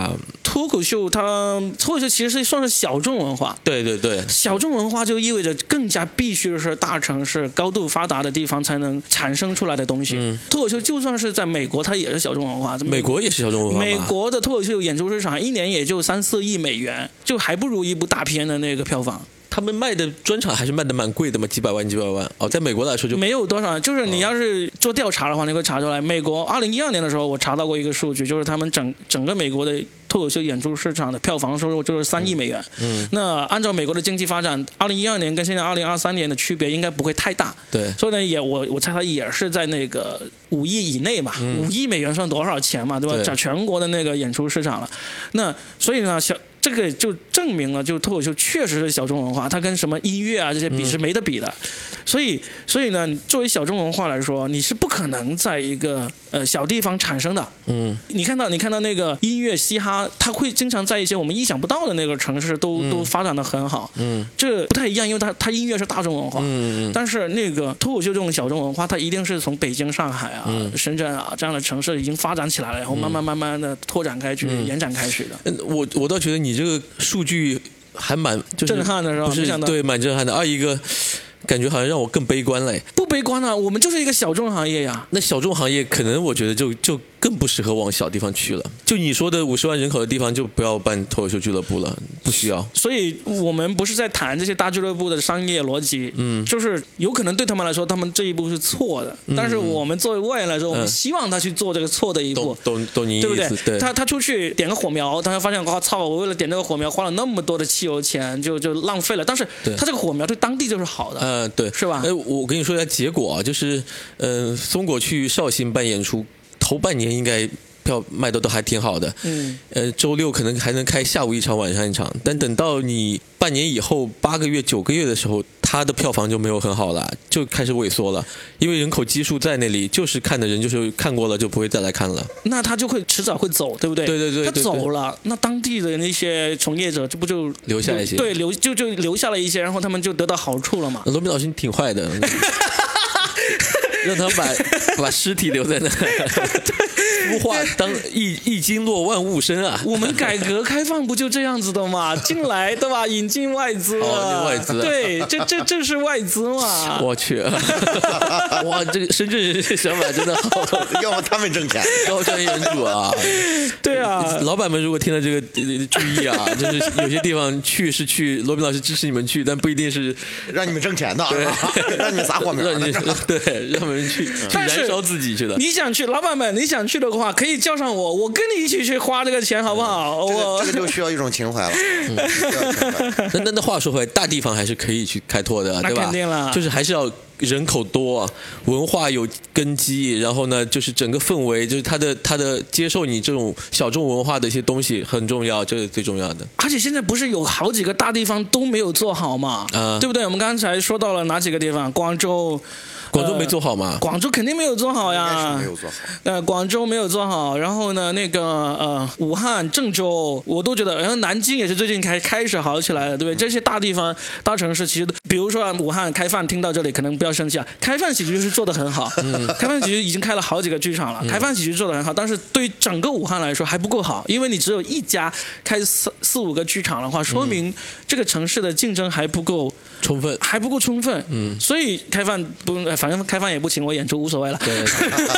脱口秀它脱口秀其实是算是小众文化。 对对对， 小众文化就意味着更加必须是大城市高度发达的地方才能产生出来的东西。嗯、脱口秀就算是在美国，它也是小众文化。 美国也是小众文化。 美国的脱口秀演出市场一年也就三四亿美元，就还不如一部大片的那个票房。 他们卖的专场还是卖的蛮贵的嘛，几百万几百万哦，在美国来说就没有多少。就是你要是做调查的话，你会查出来，美国二零一二年的时候，我查到过一个数据，就是他们整整个美国的脱口秀演出市场的票房收入就是三亿美元。嗯，那按照美国的经济发展，二零一二年跟现在二零二三年的区别应该不会太大。 对， 所以呢，也我我猜它也是在那个五亿以内嘛，五、嗯、亿美元算多少钱嘛，对吧？在全国的那个演出市场了。那所以呢，小。这个就证明了，就脱口秀确实是小众文化，它跟什么音乐啊这些比是没得比的。嗯、所以，所以呢，作为小众文化来说，你是不可能在一个呃小地方产生的。嗯，你看到你看到那个音乐嘻哈，它会经常在一些我们意想不到的那个城市都、嗯、都发展的很好。嗯，这不太一样，因为它它音乐是大众文化。嗯嗯。但是那个脱口秀这种小众文化，它一定是从北京、上海啊、嗯、深圳啊这样的城市已经发展起来了，然后慢慢慢慢的拓展开去、嗯、延展开去的。 嗯，我我倒觉得你这个数据还蛮就是震撼的是吧？ 不是对，蛮震撼的。二一个感觉好像让我更悲观嘞。 不悲观啊，我们就是一个小众行业呀。 那小众行业可能我觉得就就更不适合往小地方去了。就你说的五十万人口的地方，就不要办脱口秀俱乐部了，不需要。 所以我们不是在谈这些大俱乐部的商业逻辑，嗯，就是有可能对他们来说，他们这一步是错的。嗯、但是我们作为外人来说，我们希望他去做这个错的一步， 懂懂你意思， 对不对？ 对， 他他出去点个火苗，他发现哇操，我为了点这个火苗花了那么多的汽油钱，就就浪费了。但是他这个火苗对当地就是好的， 嗯、呃，对， 是吧？ 呃，我跟你说一下结果啊，就是呃，松果去绍兴办演出，头半年应该票卖的都还挺好的，嗯，呃，周六可能还能开下午一场，晚上一场，但等到你半年以后八个月、九个月的时候，它的票房就没有很好了，就开始萎缩了，因为人口基数在那里，就是看的人就是看过了就不会再来看了， 那他就会迟早会走，对不对？ 对对 对, 对, 对， 他走了，那当地的那些从业者这不就留下一些？ 对，留就就留下了一些，然后他们就得到好处了嘛。 罗宾老师你挺坏的。让他把把尸体留在那，孵化当一一经络万物生啊！ 我们改革开放不就这样子的嘛？进来对吧？引进外资， 哦，外资， 对，这这这是外资嘛？ 我去，哇，这个深圳人想法真的好， 要么他们挣钱， 高瞻远瞩啊！ 对啊， 老板们如果听到这个注意啊，就是有些地方去是去，罗宾老师支持你们去，但不一定是让你们挣钱的，让你们撒火苗的，对，让我们去去燃烧自己去的。 你想去，老板们，你想去的话，可以叫上我，我跟你一起去花这个钱，好不好？ 嗯、 我、 这个、这个就需要一种情怀了。嗯、 那那那话说回来，大地方还是可以去开拓的，对吧？ 那肯定了， 就是还是要人口多，文化有根基，然后呢，就是整个氛围，就是他的他的接受你这种小众文化的一些东西很重要，这是最重要的。 而且现在不是有好几个大地方都没有做好嘛，啊、对不对？我们刚才说到了哪几个地方？广州。 广州没做好吗？ 呃、广州肯定没有做好呀， 没有做好。 呃，广州没有做好，然后呢，那个呃，武汉、郑州，我都觉得，然后南京也是最近开开始好起来了，对不对？这些大地方、大城市，其实，比如说武汉开饭，听到这里可能不要生气啊，开饭喜剧是做得很好，嗯、开饭喜剧已经开了好几个剧场了，嗯、开饭喜剧做得很好，但是对于整个武汉来说还不够好，因为你只有一家开四四五个剧场的话，说明这个城市的竞争还不够充分， 还不够充分，嗯，所以开饭不。反正开饭也不请我演出，无所谓了。 对。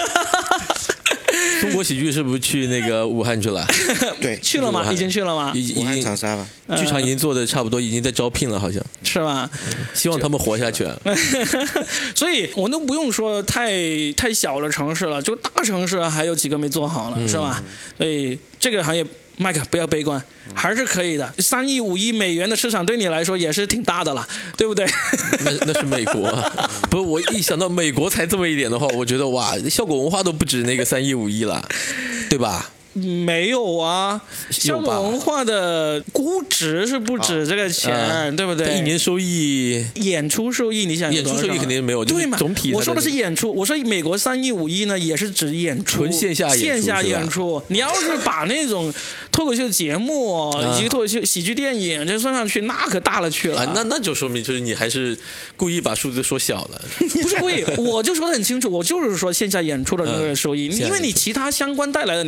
中国喜剧是不是去那个武汉去了？ 对， 去了吗？已经去了吗？ 已已经长沙吧。 剧场已经做的差不多，已经在招聘了，好像是吧？ 希望他们活下去。 所以我都不用说太太小的城市了，就大城市还有几个没做好呢，嗯、是吧？所以这个行业。麦克，不要悲观，还是可以的。三亿五亿美元的市场对你来说也是挺大的了，对不对？ 那那是美国，不是我一想到美国才这么一点的话，我觉得哇，效果文化都不止那个三亿五亿了，对吧？ 没有啊，效果文化的估值是不止这个钱，啊、对不对？ 一年收益， 演出收益，你想演出收益肯定没有， 对嘛？ 总体我说的是演出，我说美国三亿五亿呢，也是指演出， 纯线下演出线下演出。你要是把那种脱口秀节目以及脱口秀喜剧电影这算上去，那可大了去了。 啊、那那就说明就是你还是故意把数字说小了， 不是故意，我就说得很清楚，我就是说线下演出的那个收益，嗯、因为你其他相关带来的，你你统计。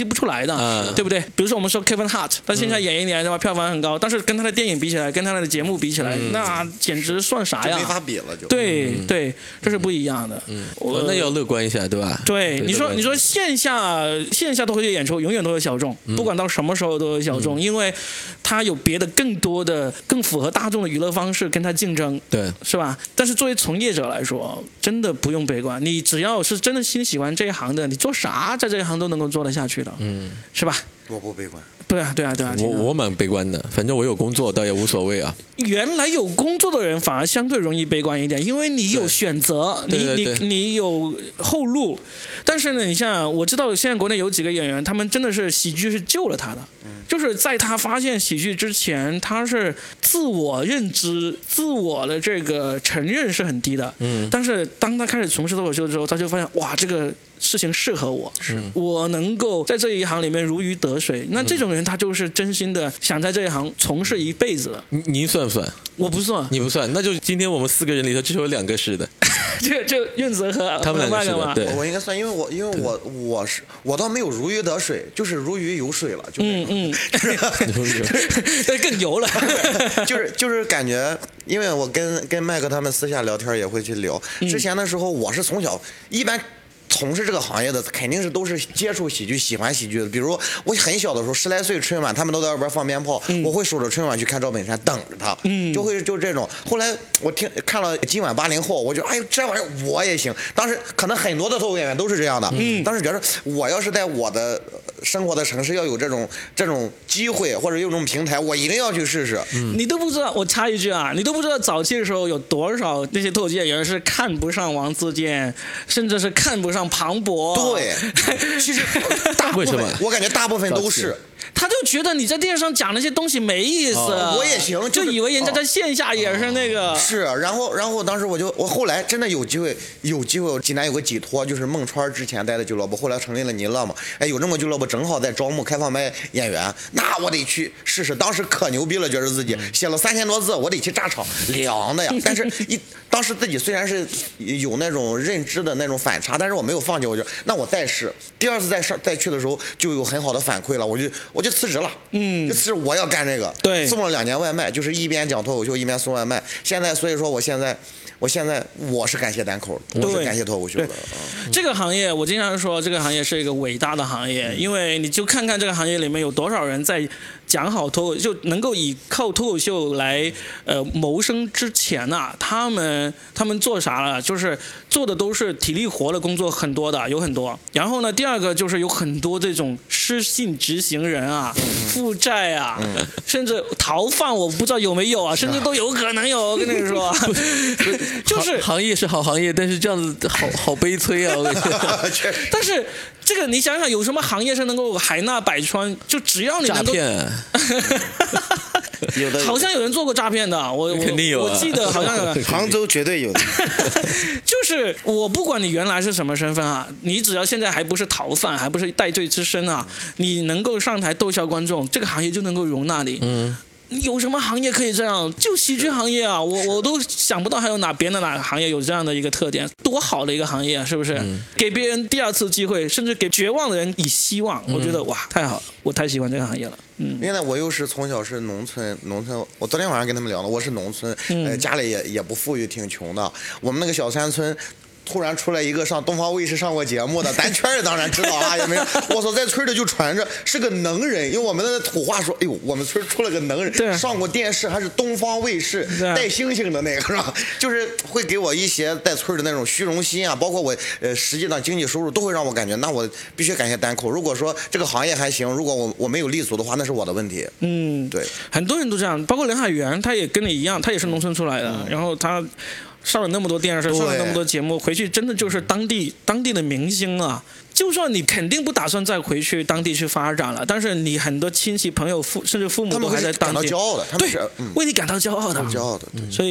不出来的， 嗯、 对不对？比如说我们说 Kevin Hart， 他现在演一年的话票房很高，但是跟他的电影比起来，跟他的节目比起来，嗯、那简直算啥呀？ 没法比了就。 对、嗯、对，这是不一样的。 嗯，我那要乐观一下，对吧？ 对，你说你说线下线下脱口秀演出永远都有小众，嗯、不管到什么时候都有小众，嗯、因为他有别的更多的、更符合大众的娱乐方式跟他竞争， 对， 是吧？但是作为从业者来说，真的不用悲观，你只要是真的心喜欢这一行的，你做啥在这一行都能够做得下去的，嗯，是吧？ 我不悲观。 对啊，对啊，对啊， 我我蛮悲观的，反正我有工作倒也无所谓啊。 原来有工作的人反而相对容易悲观一点，因为你有选择，你你你有后路。但是呢，你像我知道现在国内有几个演员，他们真的是喜剧是救了他的，嗯、就是在他发现喜剧之前，他是自我认知、自我的这个承认是很低的。嗯，但是当他开始从事脱口秀之后，他就发现哇，这个事情适合我，是我能够在这一行里面如鱼得水。那这种人他就是真心的想在这一行从事一辈子的。 您算不算？ 我不算。 你不算，那就今天我们四个人里头至少有两个是的。 这这润泽和他们两个是的，对， 我应该算，因为我因为我我是我倒没有如鱼得水，就是如鱼有水了，就嗯嗯， 那更油了， 就是就是感觉，因为我跟跟麦克他们私下聊天也会去聊，之前的时候我是从小一般。从事这个行业的肯定是都是接触喜剧、喜欢喜剧的。比如我很小的时候，十来岁春晚，他们都在外边放鞭炮，嗯、我会守着春晚去看赵本山，等着他，嗯、就会就这种。后来我听看了今晚八零后，我就哎呦这玩意儿我也行。当时可能很多的脱口演员都是这样的，嗯、当时觉得我要是在我的生活的城市要有这种这种机会或者有这种平台，我一定要去试试。 嗯、你都不知道，我插一句啊，你都不知道早期的时候有多少那些脱口秀演员是看不上王自健，甚至是看不上庞博。 对，其实大部分我感觉大部分都是。 他就觉得你在电视上讲那些东西没意思， 哦、我也行， 就以为人家在线下也是那个。 哦、是，然后然后当时我就我后来真的有机会有机会，济南有个几托，就是孟川之前待的俱乐部，后来成立了尼乐嘛。哎，有这么俱乐部正好在招募开放麦演员，那我得去试试。当时可牛逼了，觉得自己写了三千多字，我得去炸场，凉的呀。但是一当时自己虽然是有那种认知的那种反差，但是我没有放弃，我就那我再试。第二次再上再去的时候就有很好的反馈了，我就我就辞职了。嗯，就辞职我要干这个。 对， 送了两年外卖，就是一边讲脱口秀一边送外卖。现在所以说我现在我现在我是感谢单口，我是感谢脱口秀的。 嗯、这个行业我经常说，这个行业是一个伟大的行业，因为你就看看这个行业里面有多少人在讲好脱口就能够以靠脱口秀来呃谋生之前呐、啊，他们他们做啥了？就是做的都是体力活的工作，很多的有很多。然后呢，第二个就是有很多这种失信执行人啊、负债啊，嗯、甚至逃犯，我不知道有没有啊，甚至都有可能有。我跟你说，就是行业是好行业，但是这样子好好悲催啊！我跟你说， 但是这个你想想，有什么行业是能够海纳百川？就只要你能够。 诈骗有的有好像有人做过诈骗的，我肯定有、啊， 我记得好像有人杭州绝对有的。 就是我不管你原来是什么身份啊，你只要现在还不是逃犯，还不是戴罪之身啊，你能够上台逗笑观众，这个行业就能够容纳你。嗯。有什么行业可以这样？就喜剧行业啊，我我都想不到还有哪别的哪个行业有这样的一个特点，多好的一个行业啊，是不是？嗯、给别人第二次机会，甚至给绝望的人以希望，嗯、我觉得哇，太好了，我太喜欢这个行业了。嗯， 因为呢，我又是从小是农村，农村，我昨天晚上跟他们聊了，我是农村，嗯、呃，家里也也不富裕，挺穷的，我们那个小山村。突然出来一个上东方卫视上过节目的，咱圈里当然知道啊，也没。我操，在村里就传着是个能人，因为我们的土话说，哎呦，我们村出了个能人，上过电视，还是东方卫视带星星的那个，是吧？就是会给我一些在村里的那种虚荣心啊，包括我呃实际上经济收入都会让我感觉，那我必须感谢单口。如果说这个行业还行，如果我我没有立足的话，那是我的问题。嗯，对， 很多人都这样，包括梁海源，他也跟你一样，他也是农村出来的，嗯、然后他。上了那么多电视，上了那么多节目，回去真的就是当地当地的明星啊！就算你肯定不打算再回去当地去发展了，但是你很多亲戚朋友父甚至父母都还在当地， 他们会感到骄傲的，他们对，嗯、为你感到骄傲的， 骄傲的。对所以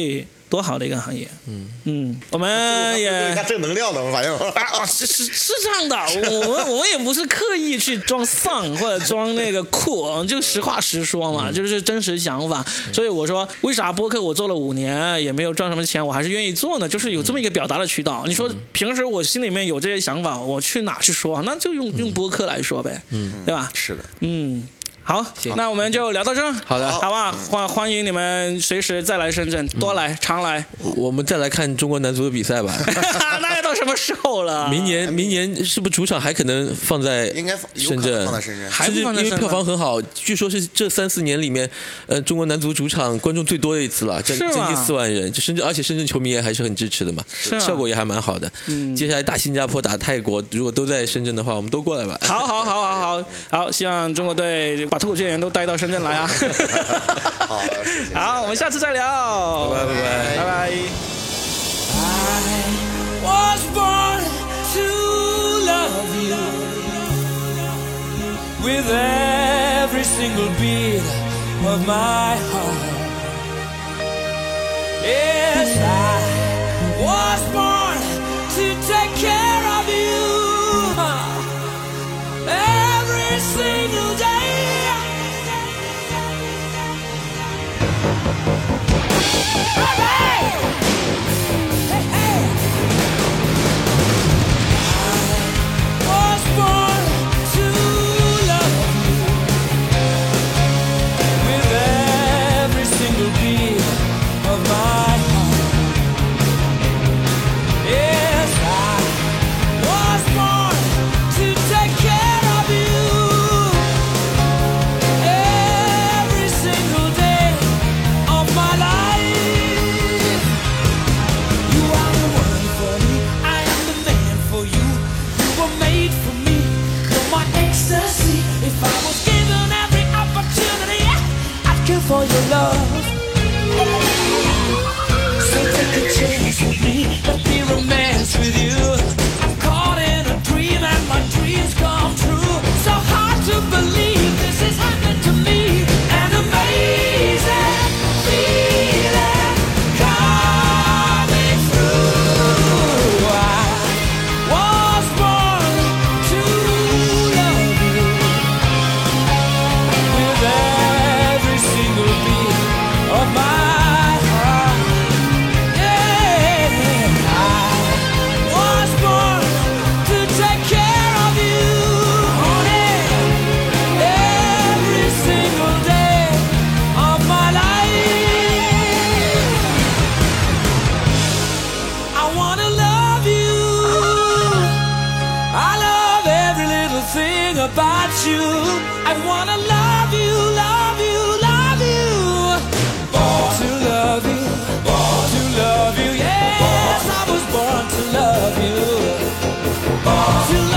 多好的一个行业。嗯嗯，我们也正能量的，我发现啊，是是是这样的，我们我们也不是刻意去装丧或者装那个酷，就实话实说嘛，就是真实想法。所以我说，为啥播客我做了五年也没有赚什么钱，我还是愿意做呢？就是有这么一个表达的渠道。你说平时我心里面有这些想法，我去哪去说？那就用用播客来说呗，嗯，对吧？ 是的， 嗯。好，那我们就聊到这儿。 好的， 好吧，欢欢迎你们随时再来深圳，多来常来。 我们再来看中国男足的比赛吧。 那要到什么时候了？ 明年，明年是不是主场还可能放在应该深圳？ 放在深圳， 还不放在深圳？ 因为票房很好，据说是这三四年里面，呃，中国男足主场观众最多的一次了，将将近四万人。就深圳，而且深圳球迷也还是很支持的嘛，效果也还蛮好的。嗯，接下来打新加坡、打泰国，如果都在深圳的话，我们都过来吧。 好好好好好好，希望中国队把脱口秀演员都带到深圳来啊！ 好， 好，我们下次再聊， 拜拜拜拜拜拜。 I was born to love you with every single beat of my heart. Yes, I was born to take care of you every single day. For your love, so take a chance with me, let me romance with you. I'm caught in a dream and my dreams come true. So hard to believe this is happening to me. An amazing feeling coming through. I was born to love you with every single beat of my heart. Yeah, I was born to take care of you, honey, every single day of my life. I wanna love you. I love every little thing about you. I wanna love you, love you, love you. Born to love you, born to love you. Yes, I was born to love you. Born to love you.